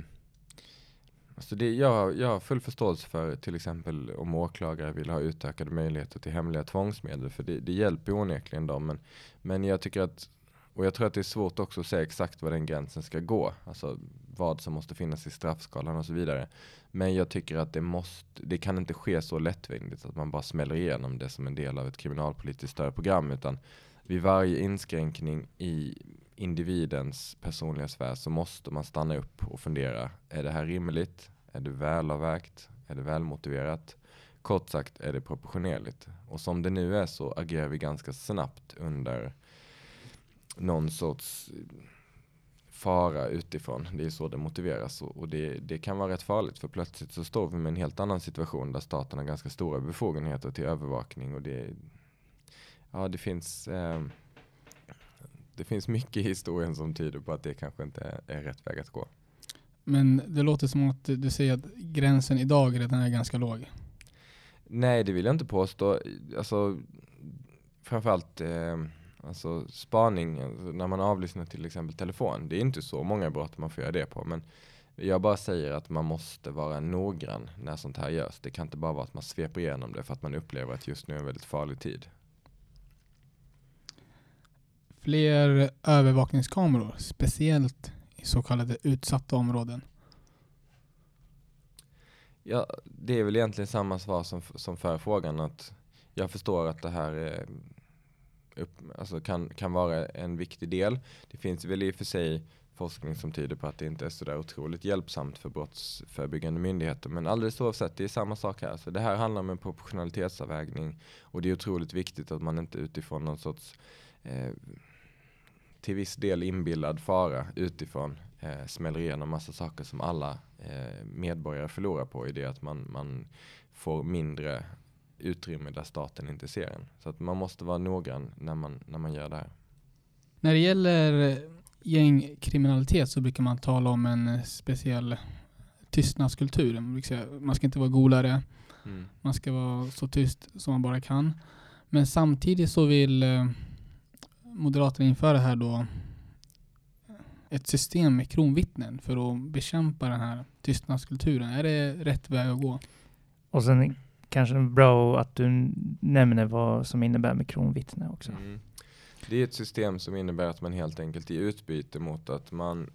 alltså jag har full förståelse för till exempel om åklagare vill ha utökade möjligheter till hemliga tvångsmedel, för det hjälper onekligen dem, men jag tycker att, och jag tror att det är svårt också att säga exakt var den gränsen ska gå, alltså vad som måste finnas i straffskalan och så vidare. Men jag tycker att det kan inte ske så lättvindigt att man bara smäller igenom det som en del av ett kriminalpolitiskt större program, utan vid varje inskränkning i individens personliga sfär så måste man stanna upp och fundera, är det här rimligt? Är det välavvägt? Är det välmotiverat? Kort sagt, är det proportionerligt? Och som det nu är så agerar vi ganska snabbt under någon sorts fara utifrån. Det är så det motiveras, och det kan vara rätt farligt, för plötsligt så står vi med en helt annan situation där staten har ganska stora befogenheter till övervakning, och det finns mycket i historien som tyder på att det kanske inte är rätt väg att gå. Men det låter som att du säger att gränsen idag redan är ganska låg. Nej, det vill jag inte påstå. Alltså, framförallt alltså spaning, alltså när man avlyssnar till exempel telefon. Det är inte så många brott man får göra det på, men jag bara säger att man måste vara noggrann när sånt här görs. Det kan inte bara vara att man sveper igenom det för att man upplever att just nu är en väldigt farlig tid. Fler övervakningskameror, speciellt i så kallade utsatta områden. Ja, det är väl egentligen samma svar som förra frågan, att jag förstår att det här alltså kan vara en viktig del. Det finns väl i och för sig forskning som tyder på att det inte är så där otroligt hjälpsamt för brottsförebyggande myndigheter, men alldeles oavsett, det är samma sak här. Så det här handlar om en proportionalitetsavvägning, och det är otroligt viktigt att man inte utifrån någon sorts till viss del inbillad fara utifrån smäller igenom massa saker som alla medborgare förlorar på, i det att man får mindre utrymme där staten inte ser en. Så att man måste vara noggrann när man gör det här. När det gäller gängkriminalitet så brukar man tala om en speciell tystnadskultur. Man ska inte vara golare. Man ska vara så tyst som man bara kan. Men samtidigt så vill Moderaterna införa här då ett system med kronvittnen för att bekämpa den här tystnadskulturen. Är det rätt väg att gå? Och sen kanske bra att du nämner vad som innebär med kronvittne också. Det är ett system som innebär att man helt enkelt i utbyte mot att man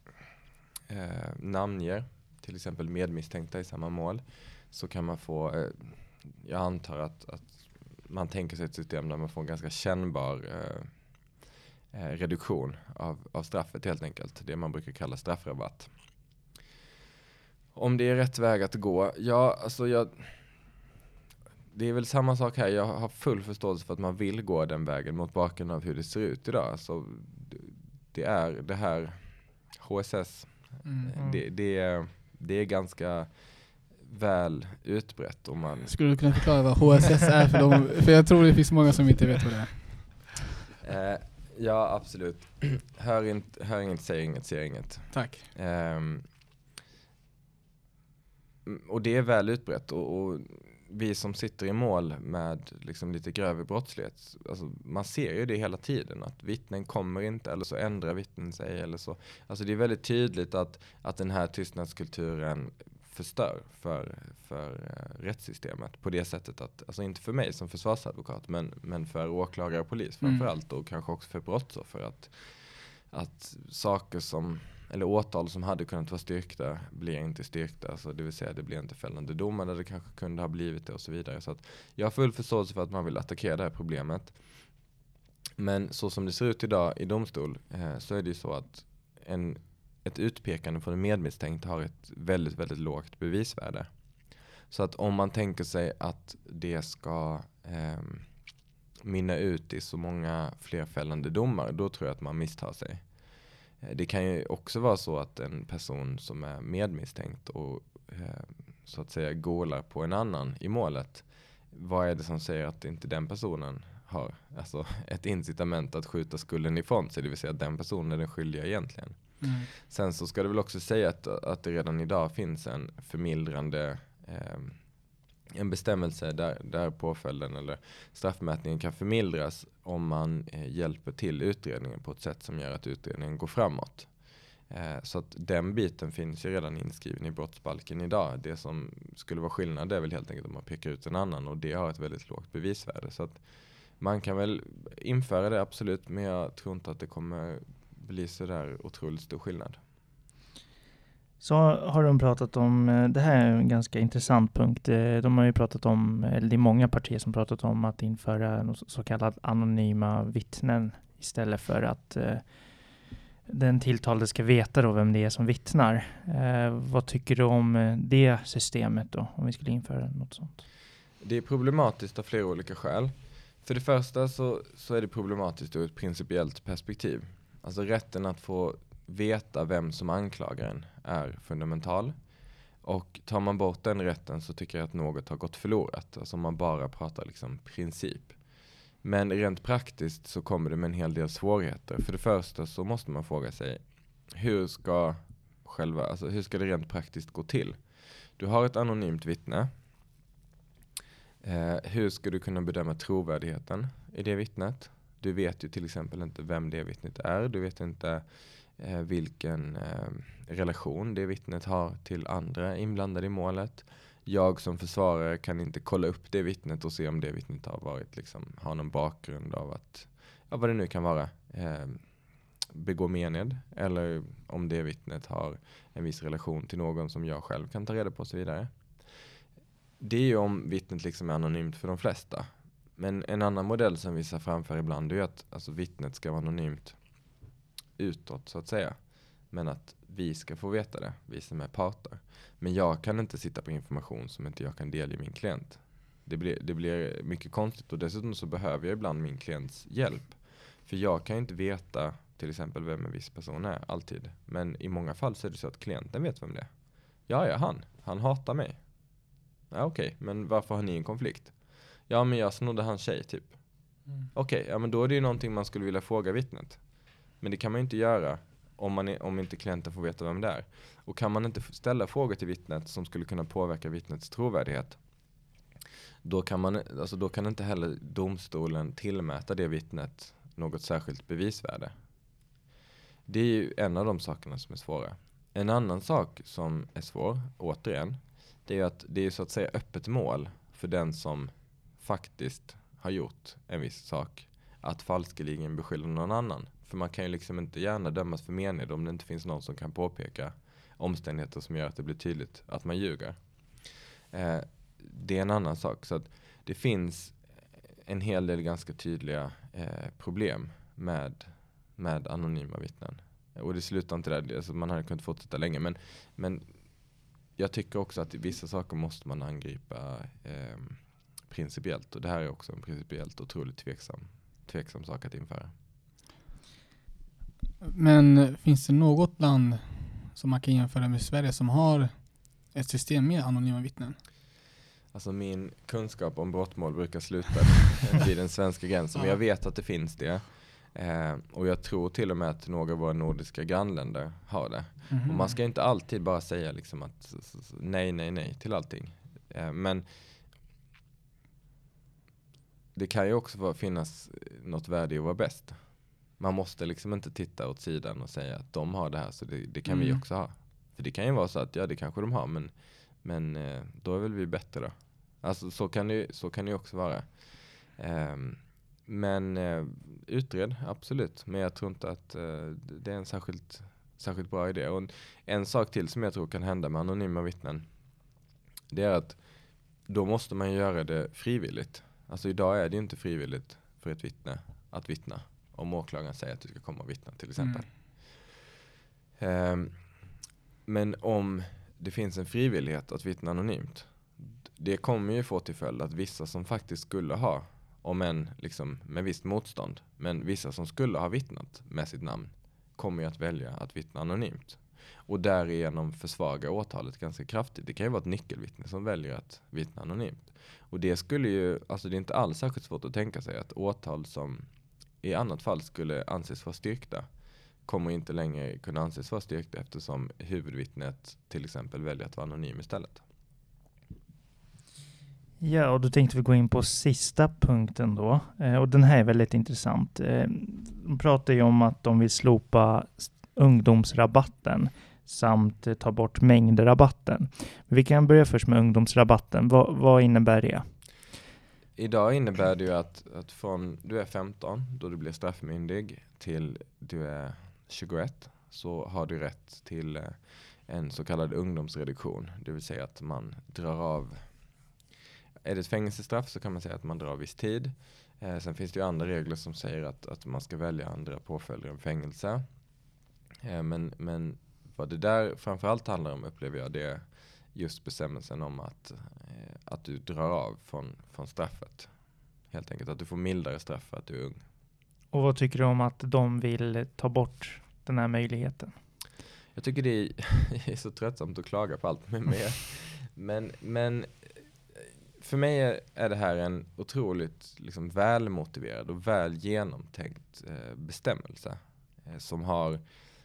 namnger till exempel medmisstänkta i samma mål, så kan man få, jag antar att man tänker sig ett system där man får en ganska kännbar reduktion av straffet helt enkelt. Det man brukar kalla straffrabatt. Om det är rätt väg att gå? Ja, alltså det är väl samma sak här. Jag har full förståelse för att man vill gå den vägen mot bakgrund av hur det ser ut idag. Så det är det här HSS. Det är ganska väl utbrett. Om man... Skulle du kunna förklara vad HSS är för dem? För jag tror det finns många som inte vet vad det är. Ja, absolut. Hör inget, säger inget, ser inget. Tack. Och det är väl utbrett. Och vi som sitter i mål med liksom lite grövre brottslighet, alltså man ser ju det hela tiden, att vittnen kommer inte, eller så ändrar vittnen sig, eller så. Alltså det är väldigt tydligt att den här tystnadskulturen förstör för rättssystemet på det sättet att, alltså inte för mig som försvarsadvokat, men för åklagare och polis framförallt, och kanske också för brottsoffer, att saker som, eller åtal som hade kunnat vara styrkta blir inte styrkta, alltså det vill säga det blir inte fällande domar där det kanske kunde ha blivit det och så vidare. Så att jag har full förståelse för att man vill attackera det här problemet. Men så som det ser ut idag i domstol så är det ju så att ett utpekande från en medmisstänkt har ett väldigt, väldigt lågt bevisvärde. Så att om man tänker sig att det ska mynna ut i så många fler fällande domar, då tror jag att man misstar sig. Det kan ju också vara så att en person som är medmisstänkt och så att säga golar på en annan i målet, vad är det som säger att inte den personen har alltså ett incitament att skjuta skulden ifrån sig, det vill säga att den personen är den skyldiga egentligen. Sen så ska det väl också säga att det redan idag finns en förmildrande en bestämmelse där påföljden eller straffmätningen kan förmildras om man hjälper till utredningen på ett sätt som gör att utredningen går framåt. Så att den biten finns ju redan inskriven i brottsbalken idag. Det som skulle vara skillnad är väl helt enkelt om man pekar ut en annan, och det har ett väldigt lågt bevisvärde. Så att man kan väl införa det absolut, men jag tror inte att det kommer bli så där otroligt stor skillnad. Så har de pratat om, det här är en ganska intressant punkt, de har ju pratat om, eller det är många partier som pratat om att införa så kallade anonyma vittnen istället för att den tilltalade ska veta då vem det är som vittnar. Vad tycker du om det systemet då, om vi skulle införa något sånt? Det är problematiskt av flera olika skäl. För det första så är det problematiskt ur ett principiellt perspektiv. Alltså rätten att få veta vem som anklagar en är fundamental. Och tar man bort den rätten så tycker jag att något har gått förlorat. Alltså om man bara pratar liksom princip. Men rent praktiskt så kommer det med en hel del svårigheter. För det första så måste man fråga sig, hur ska det rent praktiskt gå till? Du har ett anonymt vittne. Hur ska du kunna bedöma trovärdigheten i det vittnet? Du vet ju till exempel inte vem det vittnet är. Du vet inte vilken relation det vittnet har till andra inblandade i målet. Jag som försvarare kan inte kolla upp det vittnet och se om det vittnet har varit har någon bakgrund av att, vad det nu kan vara, begå mened, eller om det vittnet har en viss relation till någon som jag själv kan ta reda på och så vidare. Det är ju om vittnet är anonymt för de flesta. Men en annan modell som vi ser framför ibland är att vittnet ska vara anonymt utåt så att säga. Men att vi ska få veta det, vi som är parter. Men jag kan inte sitta på information som inte jag kan delge min klient. Det blir mycket konstigt, och dessutom så behöver jag ibland min klients hjälp. För jag kan inte veta till exempel vem en viss person är, alltid. Men i många fall så är det så att klienten vet vem det är. Ja, han hatar mig. Ja, okej, men varför har ni en konflikt? Ja, men jag snodde hans tjej typ. Okej, ja, men då är det ju någonting man skulle vilja fråga vittnet. Men det kan man ju inte göra om inte klienten får veta vem det är. Och kan man inte ställa frågor till vittnet som skulle kunna påverka vittnets trovärdighet, då kan inte heller domstolen tillmäta det vittnet något särskilt bevisvärde. Det är ju en av de sakerna som är svåra. En annan sak som är svår, återigen, det är att det är så att säga öppet mål för den som faktiskt har gjort en viss sak att falskeligen beskylla någon annan. För man kan ju inte gärna dömas för mened om det inte finns någon som kan påpeka omständigheter som gör att det blir tydligt att man ljuger. Det är en annan sak. Så att det finns en hel del ganska tydliga problem med anonyma vittnen. Och det slutar inte där. Alltså man hade kunnat fortsätta länge. Men jag tycker också att vissa saker måste man angripa principiellt. Och det här är också en principiellt otroligt tveksam sak att införa. Men finns det något land som man kan jämföra med Sverige som har ett system med anonyma vittnen? Alltså min kunskap om brottmål brukar sluta vid den svenska gränsen. Men jag vet att det finns det. Och jag tror till och med att några av våra nordiska grannländer har det. Och man ska inte alltid bara säga liksom att nej till allting. Men det kan ju också finnas något värde i att vara bäst. Man måste liksom inte titta åt sidan och säga att de har det här, så det kan vi också ha. För det kan ju vara så att det kanske de har, men då är väl vi bättre då. Alltså så kan det också vara. Men utred, absolut. Men jag tror inte att det är en särskilt bra idé. Och en sak till som jag tror kan hända med anonyma vittnen, det är att då måste man göra det frivilligt. Alltså idag är det inte frivilligt för ett vittne att vittna. Om åklagaren säger att du ska komma och vittna till exempel. Men om det finns en frivillighet att vittna anonymt, det kommer ju få till följd att vissa som faktiskt skulle ha, om än liksom med visst motstånd, men vissa som skulle ha vittnat med sitt namn kommer ju att välja att vittna anonymt. Och därigenom försvaga åtalet ganska kraftigt. Det kan ju vara ett nyckelvittne som väljer att vittna anonymt. Och det skulle ju, alltså det är inte alls särskilt svårt att tänka sig att åtal som i annat fall skulle anses vara styrkta kommer inte längre kunna anses vara styrkta, eftersom huvudvittnet till exempel väljer att vara anonym istället. Ja, och då tänkte vi gå in på sista punkten då. Och den här är väldigt intressant. De pratar ju om att de vill slopa ungdomsrabatten samt ta bort mängdrabatten. Men vi kan börja först med ungdomsrabatten. Vad innebär det? Idag innebär det ju att från du är 15, då du blir straffmyndig, till du är 21, så har du rätt till en så kallad ungdomsreduktion. Det vill säga att man drar av, är det ett fängelsestraff så kan man säga att man drar av viss tid. Sen finns det ju andra regler som säger att man ska välja andra påföljder än fängelse. Men vad det där framförallt handlar om, upplever jag, det är just bestämmelsen om att du drar av från straffet. Helt enkelt att du får mildare straff för att du är ung. Och vad tycker du om att de vill ta bort den här möjligheten? Jag tycker det är så tröttsamt att klaga på allt med mer. Men för mig är det här en otroligt liksom välmotiverad och väl genomtänkt bestämmelse som har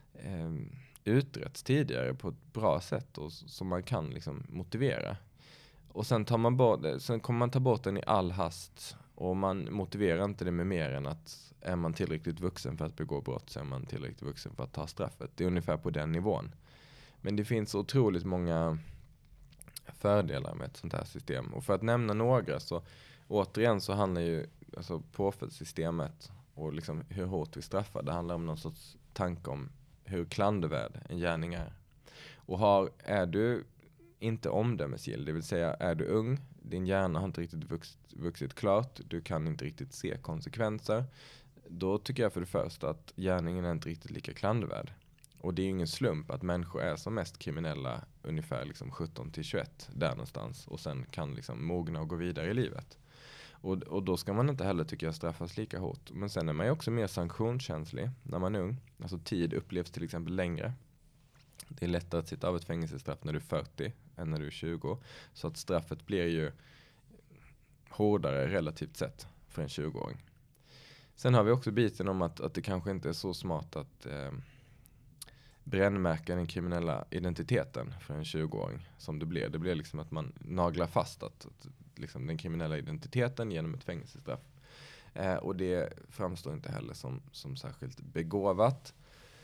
utretts tidigare på ett bra sätt och som man kan liksom motivera. Och sen kommer man ta bort den i all hast, och man motiverar inte det med mer än att är man tillräckligt vuxen för att begå brott, så är man tillräckligt vuxen för att ta straffet. Det är ungefär på den nivån. Men det finns otroligt många fördelar med ett sånt här system. Och för att nämna några, så återigen så handlar ju alltså påföljdssystemet och liksom hur hårt vi straffar, det handlar om någon sorts tanke om hur klandervärd en gärning är. Och är du inte omdömesgill, det vill säga är du ung, din hjärna har inte riktigt vuxit klart, du kan inte riktigt se konsekvenser, då tycker jag för det första att gärningen är inte riktigt lika klandervärd. Och det är ju ingen slump att människor är som mest kriminella ungefär liksom 17-21 där någonstans, och sen kan liksom mogna och gå vidare i livet. Och då ska man inte heller, tycker jag, straffas lika hårt. Men sen är man ju också mer sanktionskänslig när man är ung. Alltså tid upplevs till exempel längre. Det är lättare att sitta av ett fängelsestraff när du är 40 än när du är 20. Så att straffet blir ju hårdare relativt sett för en 20-åring. Sen har vi också biten om att det kanske inte är så smart att brännmärka den kriminella identiteten för en 20-åring som det blir. Det blir liksom att man naglar fast att liksom den kriminella identiteten genom ett fängelsestraff. Och det framstår inte heller som särskilt begåvat.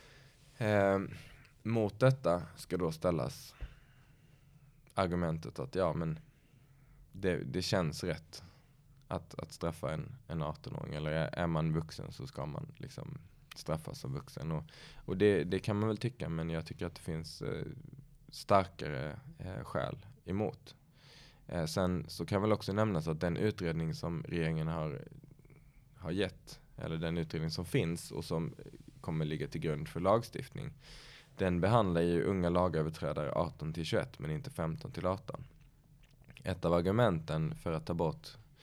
Mot detta ska då ställas argumentet att men det känns rätt att straffa en 18-åring. Eller är man vuxen så ska man liksom straffas som vuxen. Och det kan man väl tycka, men jag tycker att det finns starkare skäl emot. Sen så kan väl också nämnas att den utredning som regeringen har gett, eller den utredning som finns och som kommer ligga till grund för lagstiftning, den behandlar ju unga lagöverträdare 18-21 men inte 15-18. Ett av argumenten för att ta bort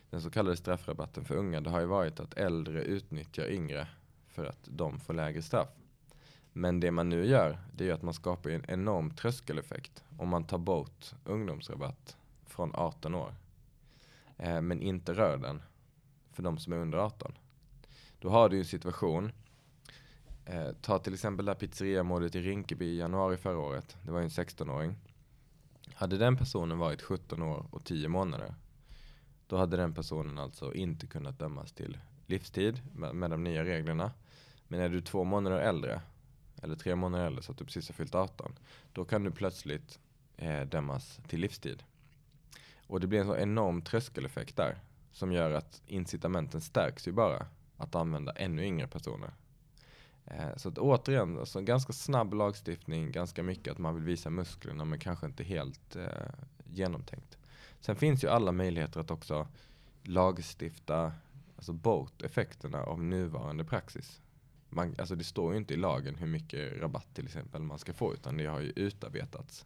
den så kallade straffrabatten för unga, det har ju varit att äldre utnyttjar yngre för att de får lägre straff. Men det man nu gör, det är ju att man skapar en enorm tröskeleffekt om man tar bort ungdomsrabatt från 18 år. Men inte rör den för de som är under 18. Då har du en situation, ta till exempel det här pizzeriamordet i Rinkeby i januari förra året. Det var ju en 16-åring. Hade den personen varit 17 år och 10 månader, då hade den personen alltså inte kunnat dömas till livstid med de nya reglerna. Men är du 2 månader äldre, eller 3 månader äldre så att du precis har fyllt 18, då kan du plötsligt dömas till livstid. Och det blir en så enorm tröskeleffekt där som gör att incitamenten stärks ju bara att använda ännu yngre personer. Så att återigen, alltså en ganska snabb lagstiftning, ganska mycket att man vill visa musklerna men kanske inte helt genomtänkt. Sen finns ju alla möjligheter att också lagstifta alltså bort effekterna av nuvarande praxis. Alltså det står ju inte i lagen hur mycket rabatt till exempel man ska få, utan det har ju utarbetats.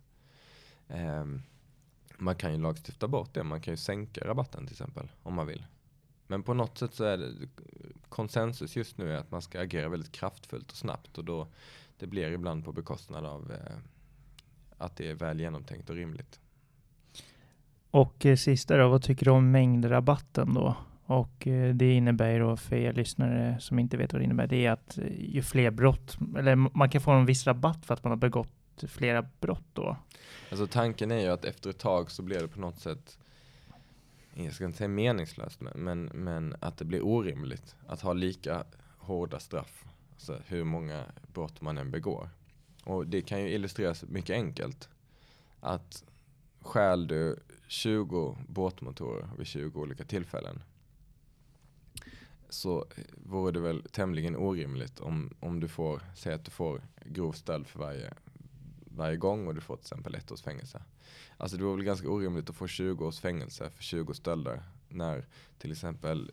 Man kan ju lagstifta bort det, man kan ju sänka rabatten till exempel om man vill. Men på något sätt så är det konsensus just nu är att man ska agera väldigt kraftfullt och snabbt, och då det blir ibland på bekostnad av att det är väl genomtänkt och rimligt. Och sista då, vad tycker du om mängdrabatten då? Och det innebär då, för er lyssnare som inte vet vad det innebär, det är att ju fler brott, eller man kan få en viss rabatt för att man har begått flera brott då. Alltså tanken är ju att efter ett tag så blir det på något sätt, jag ska inte säga meningslöst, men att det blir orimligt att ha lika hårda straff, alltså hur många brott man än begår. Och det kan ju illustreras mycket enkelt. Att stjäl du 20 båtmotorer vid 20 olika tillfällen, så vore det väl tämligen orimligt om du får, säg att du får grov stöld för varje gång och du får till exempel 1 års fängelse. Alltså det vore väl ganska orimligt att få 20 års fängelse för 20 stölder när till exempel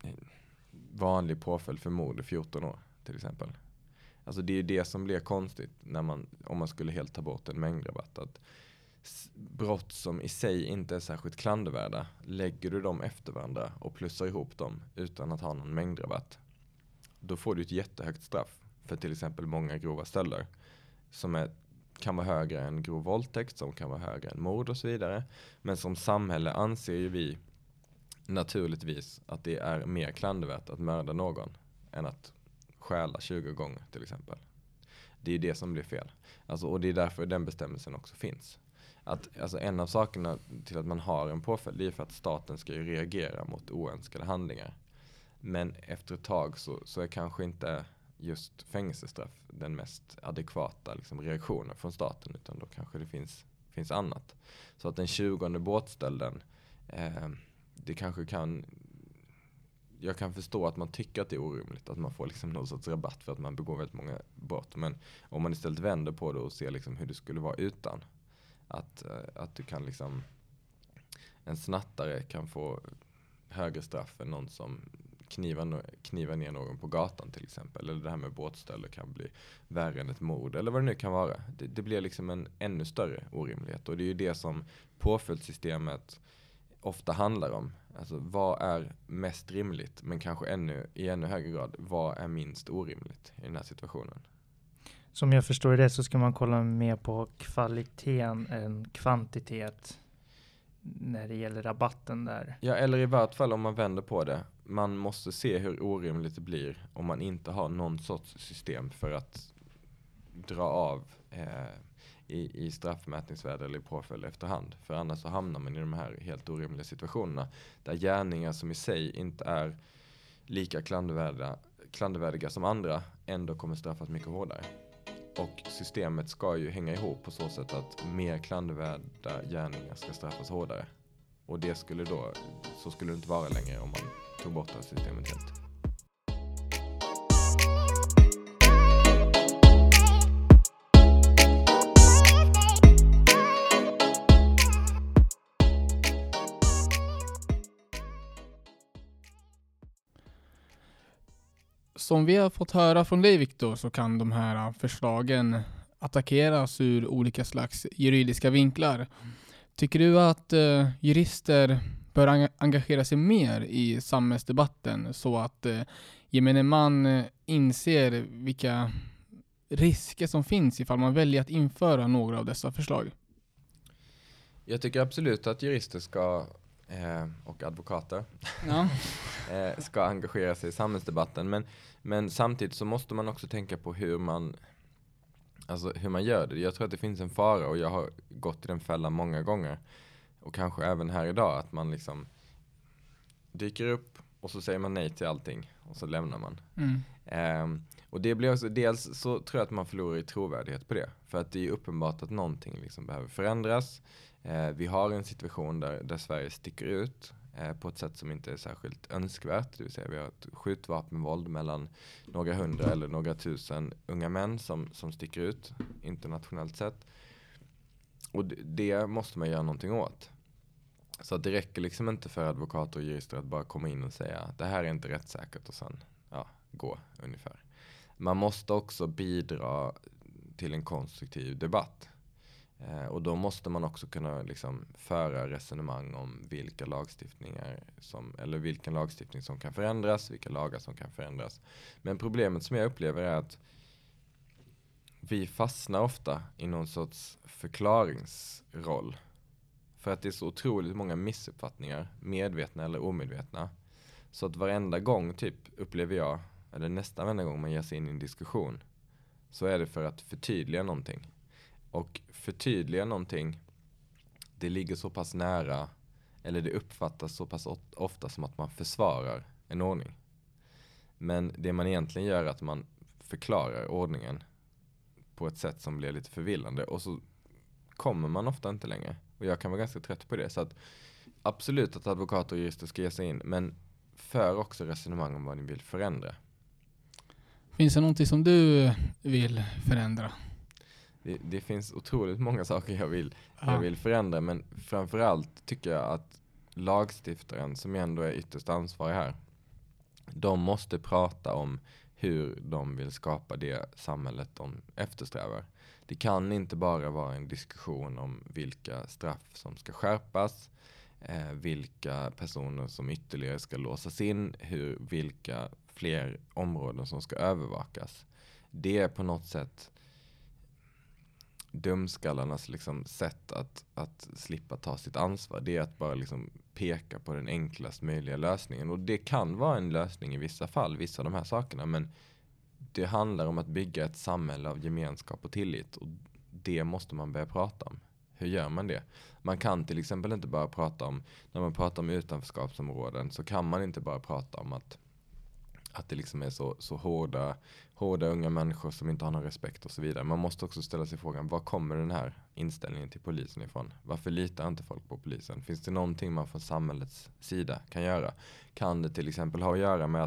vanlig påföljd för mord är 14 år till exempel. Alltså det är det som blir konstigt om man skulle helt ta bort en mängdrabatt. Att brott som i sig inte är särskilt klandervärda, lägger du dem efter varandra och plussar ihop dem utan att ha någon mängdrabatt, då får du ett jättehögt straff för till exempel många grova stölder som kan vara högre än grov våldtäkt, som kan vara högre än mord och så vidare. Men som samhälle anser ju vi naturligtvis att det är mer klandervärt att mörda någon än att stjäla 20 gånger till exempel. Det är det som blir fel. Alltså, och det är därför den bestämmelsen också finns. Alltså en av sakerna till att man har en påföljd är för att staten ska ju reagera mot oönskade handlingar. Men efter ett tag så är kanske inte just fängelsestraff den mest adekvata liksom, reaktionen från staten, utan då kanske det finns annat. Så att den 20:e båtstölden, det kanske jag kan förstå att man tycker att det är orimligt att man får liksom någon sorts rabatt för att man begår väldigt många brott. Men om man istället vänder på det och ser liksom hur det skulle vara utan, att du kan liksom, en snattare kan få högre straff än någon som knivar ner någon på gatan till exempel. Eller det här med båtstölder kan bli värre än ett mord. Eller vad det nu kan vara. Det blir liksom en ännu större orimlighet. Och det är ju det som påföljdssystemet ofta handlar om. Alltså vad är mest rimligt? Men kanske i ännu högre grad, vad är minst orimligt i den här situationen? Som jag förstår det så ska man kolla mer på kvaliteten än kvantitet när det gäller rabatten där. Ja, eller i vart fall om man vänder på det. Man måste se hur orimligt det blir om man inte har någon sorts system för att dra av i straffmätningsvärde eller i påföljd efterhand. För annars så hamnar man i de här helt orimliga situationerna där gärningar som i sig inte är lika klandervärdiga som andra ändå kommer straffas mycket hårdare. Och systemet ska ju hänga ihop på så sätt att mer klandervärda gärningar ska straffas hårdare. Och så skulle det inte vara längre om man tog bort det här systemet helt. Som vi har fått höra från dig, Viktor, så kan de här förslagen attackeras ur olika slags juridiska vinklar. Tycker du att jurister bör engagera sig mer i samhällsdebatten så att gemene man inser vilka risker som finns ifall man väljer att införa några av dessa förslag? Jag tycker absolut att jurister ska och advokater ska engagera sig i samhällsdebatten, men samtidigt så måste man också tänka på hur man gör det. Jag tror att det finns en fara, och jag har gått i den fällan många gånger, och kanske även här idag, att man liksom dyker upp och så säger man nej till allting och så lämnar man. Och det blir också, dels så tror jag att man förlorar i trovärdighet på det, för att det är uppenbart att någonting liksom behöver förändras. Vi har en situation där Sverige sticker ut på ett sätt som inte är särskilt önskvärt. Det vill säga vi har ett skjutvapenvåld mellan några hundra eller några tusen unga män som sticker ut internationellt sett. Och det måste man göra någonting åt. Så att det räcker liksom inte för advokater och jurister att bara komma in och säga att det här är inte rättssäkert och sen gå ungefär. Man måste också bidra till en konstruktiv debatt. Och då måste man också kunna liksom föra resonemang om vilken lagstiftning som kan förändras, vilka lagar som kan förändras. Men problemet som jag upplever är att vi fastnar ofta i någon sorts förklaringsroll. För att det är så otroligt många missuppfattningar, medvetna eller omedvetna. Så att varenda gång upplever jag, eller nästan varenda gång man ger sig in i en diskussion, så är det för att förtydliga någonting. Och förtydliga någonting, det ligger så pass nära, eller det uppfattas så pass ofta som att man försvarar en ordning. Men det man egentligen gör är att man förklarar ordningen på ett sätt som blir lite förvillande, och så kommer man ofta inte längre. Och jag kan vara ganska trött på det. Så att absolut att advokater och jurister ska ge sig in, men för också resonemang om vad ni vill förändra. Finns det någonting som du vill förändra? Det finns otroligt många saker jag vill förändra, men framförallt tycker jag att lagstiftaren, som ändå är ytterst ansvarig här, de måste prata om hur de vill skapa det samhället de eftersträvar. Det kan inte bara vara en diskussion om vilka straff som ska skärpas, vilka personer som ytterligare ska låsas in, vilka fler områden som ska övervakas. Det är på något sätt dumskallarnas liksom sätt att slippa ta sitt ansvar. Det är att bara liksom peka på den enklast möjliga lösningen. Och det kan vara en lösning i vissa fall, vissa av de här sakerna. Men det handlar om att bygga ett samhälle av gemenskap och tillit. Och det måste man börja prata om. Hur gör man det? Man kan till exempel inte bara prata om, när man pratar om utanförskapsområden, så kan man inte bara prata om att det liksom är så hårda unga människor som inte har någon respekt och så vidare. Man måste också ställa sig frågan, var kommer den här inställningen till polisen ifrån? Varför litar inte folk på polisen? Finns det någonting man från samhällets sida kan göra? Kan det till exempel ha att göra med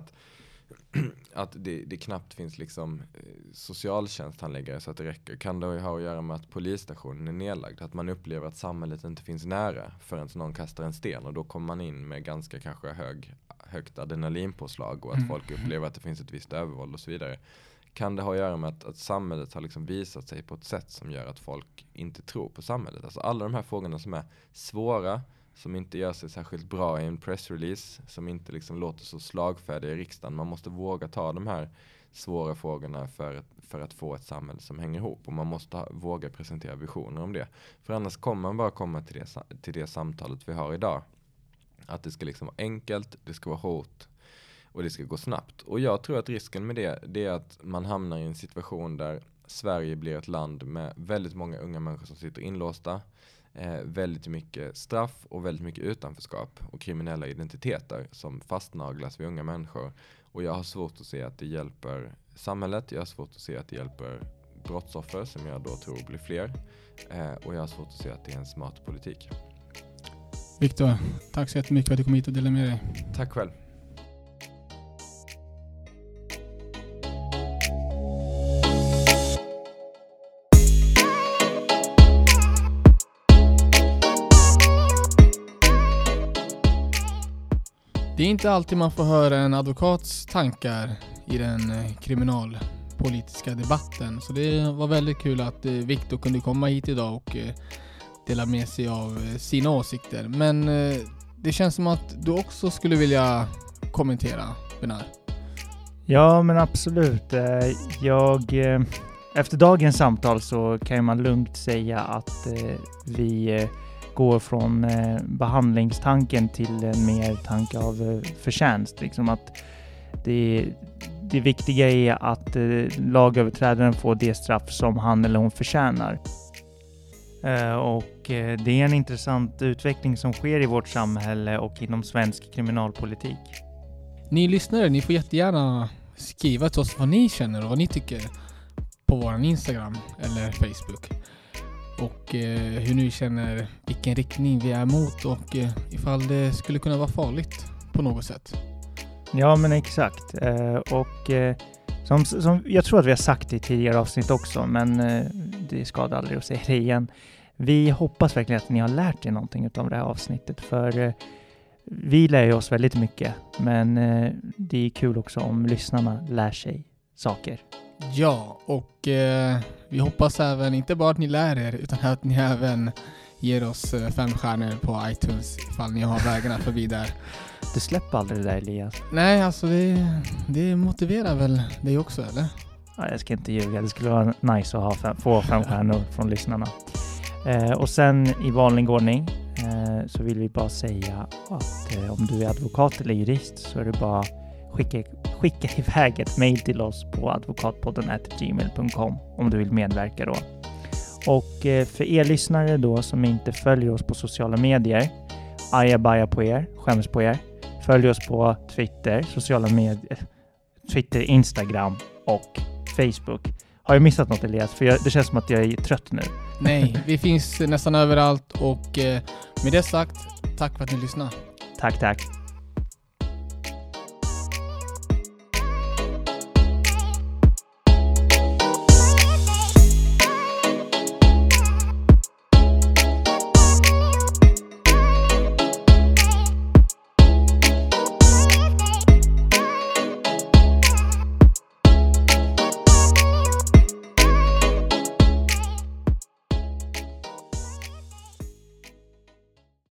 att det knappt finns liksom socialtjänsthandläggare så att det räcker? Kan det ha att göra med att polisstationen är nedlagd? Att man upplever att samhället inte finns nära förrän någon kastar en sten, och då kommer man in med ganska kanske högt adrenalinpåslag, och att folk upplever att det finns ett visst övervåld och så vidare. Kan det ha att göra med att samhället har liksom visat sig på ett sätt som gör att folk inte tror på samhället? Alltså alla de här frågorna som är svåra, som inte gör sig särskilt bra i en pressrelease, som inte liksom låter så slagfärdiga i riksdagen. Man måste våga ta de här svåra frågorna för att få ett samhälle som hänger ihop, och man måste våga presentera visioner om det. För annars kommer man bara komma till det samtalet vi har idag. Att det ska liksom vara enkelt, det ska vara hårt och det ska gå snabbt. Och jag tror att risken med det är att man hamnar i en situation där Sverige blir ett land med väldigt många unga människor som sitter inlåsta, väldigt mycket straff och väldigt mycket utanförskap och kriminella identiteter som fastnaglas vid unga människor. Och jag har svårt att se att det hjälper samhället, jag har svårt att se att det hjälper brottsoffer, som jag då tror blir fler, och jag har svårt att se att det är en smart politik. Viktor, tack så jättemycket för att du kom hit och delade med dig. Tack själv. Det är inte alltid man får höra en advokats tankar i den kriminalpolitiska debatten. Så det var väldigt kul att Viktor kunde komma hit idag och dela med sig av sina åsikter. Men det känns som att du också skulle vilja kommentera, Benar. Ja, men absolut. Efter dagens samtal så kan man lugnt säga att vi går från behandlingstanken till en mer tanke av förtjänst. Liksom att det viktiga är att lagöverträdaren får det straff som han eller hon förtjänar. Och det är en intressant utveckling som sker i vårt samhälle och inom svensk kriminalpolitik. Ni lyssnare, ni får jättegärna skriva till oss vad ni känner och vad ni tycker på vår Instagram eller Facebook. Och hur ni känner, vilken riktning vi är emot och ifall det skulle kunna vara farligt på något sätt. Ja, men exakt. Som jag tror att vi har sagt det i tidigare avsnitt också, men det skadar aldrig att säga det igen. Vi hoppas verkligen att ni har lärt er någonting av det här avsnittet, för vi lär ju oss väldigt mycket, men det är kul också om lyssnarna lär sig saker. Ja, och vi hoppas även inte bara att ni lär er utan att ni även ger oss 5 stjärnor på iTunes ifall ni har vägarna förbi där. Du släpper aldrig det där, Elias. Nej, alltså det motiverar väl dig också, eller? Ja, jag ska inte ljuga. Det skulle vara nice att få 5 stjärnor från lyssnarna. Och sen i vanlig ordning så vill vi bara säga att om du är advokat eller jurist så är det bara skicka iväg ett mejl till oss på advokatpodden@gmail.com om du vill medverka då. Och för er lyssnare då som inte följer oss på sociala medier, ajabaja på er, skäms på er. Följ oss på Twitter, sociala medier, Twitter, Instagram och Facebook. Har jag missat något, Elias? För det känns som att jag är trött nu. Nej, vi finns nästan överallt och med det sagt, tack för att ni lyssnar. Tack.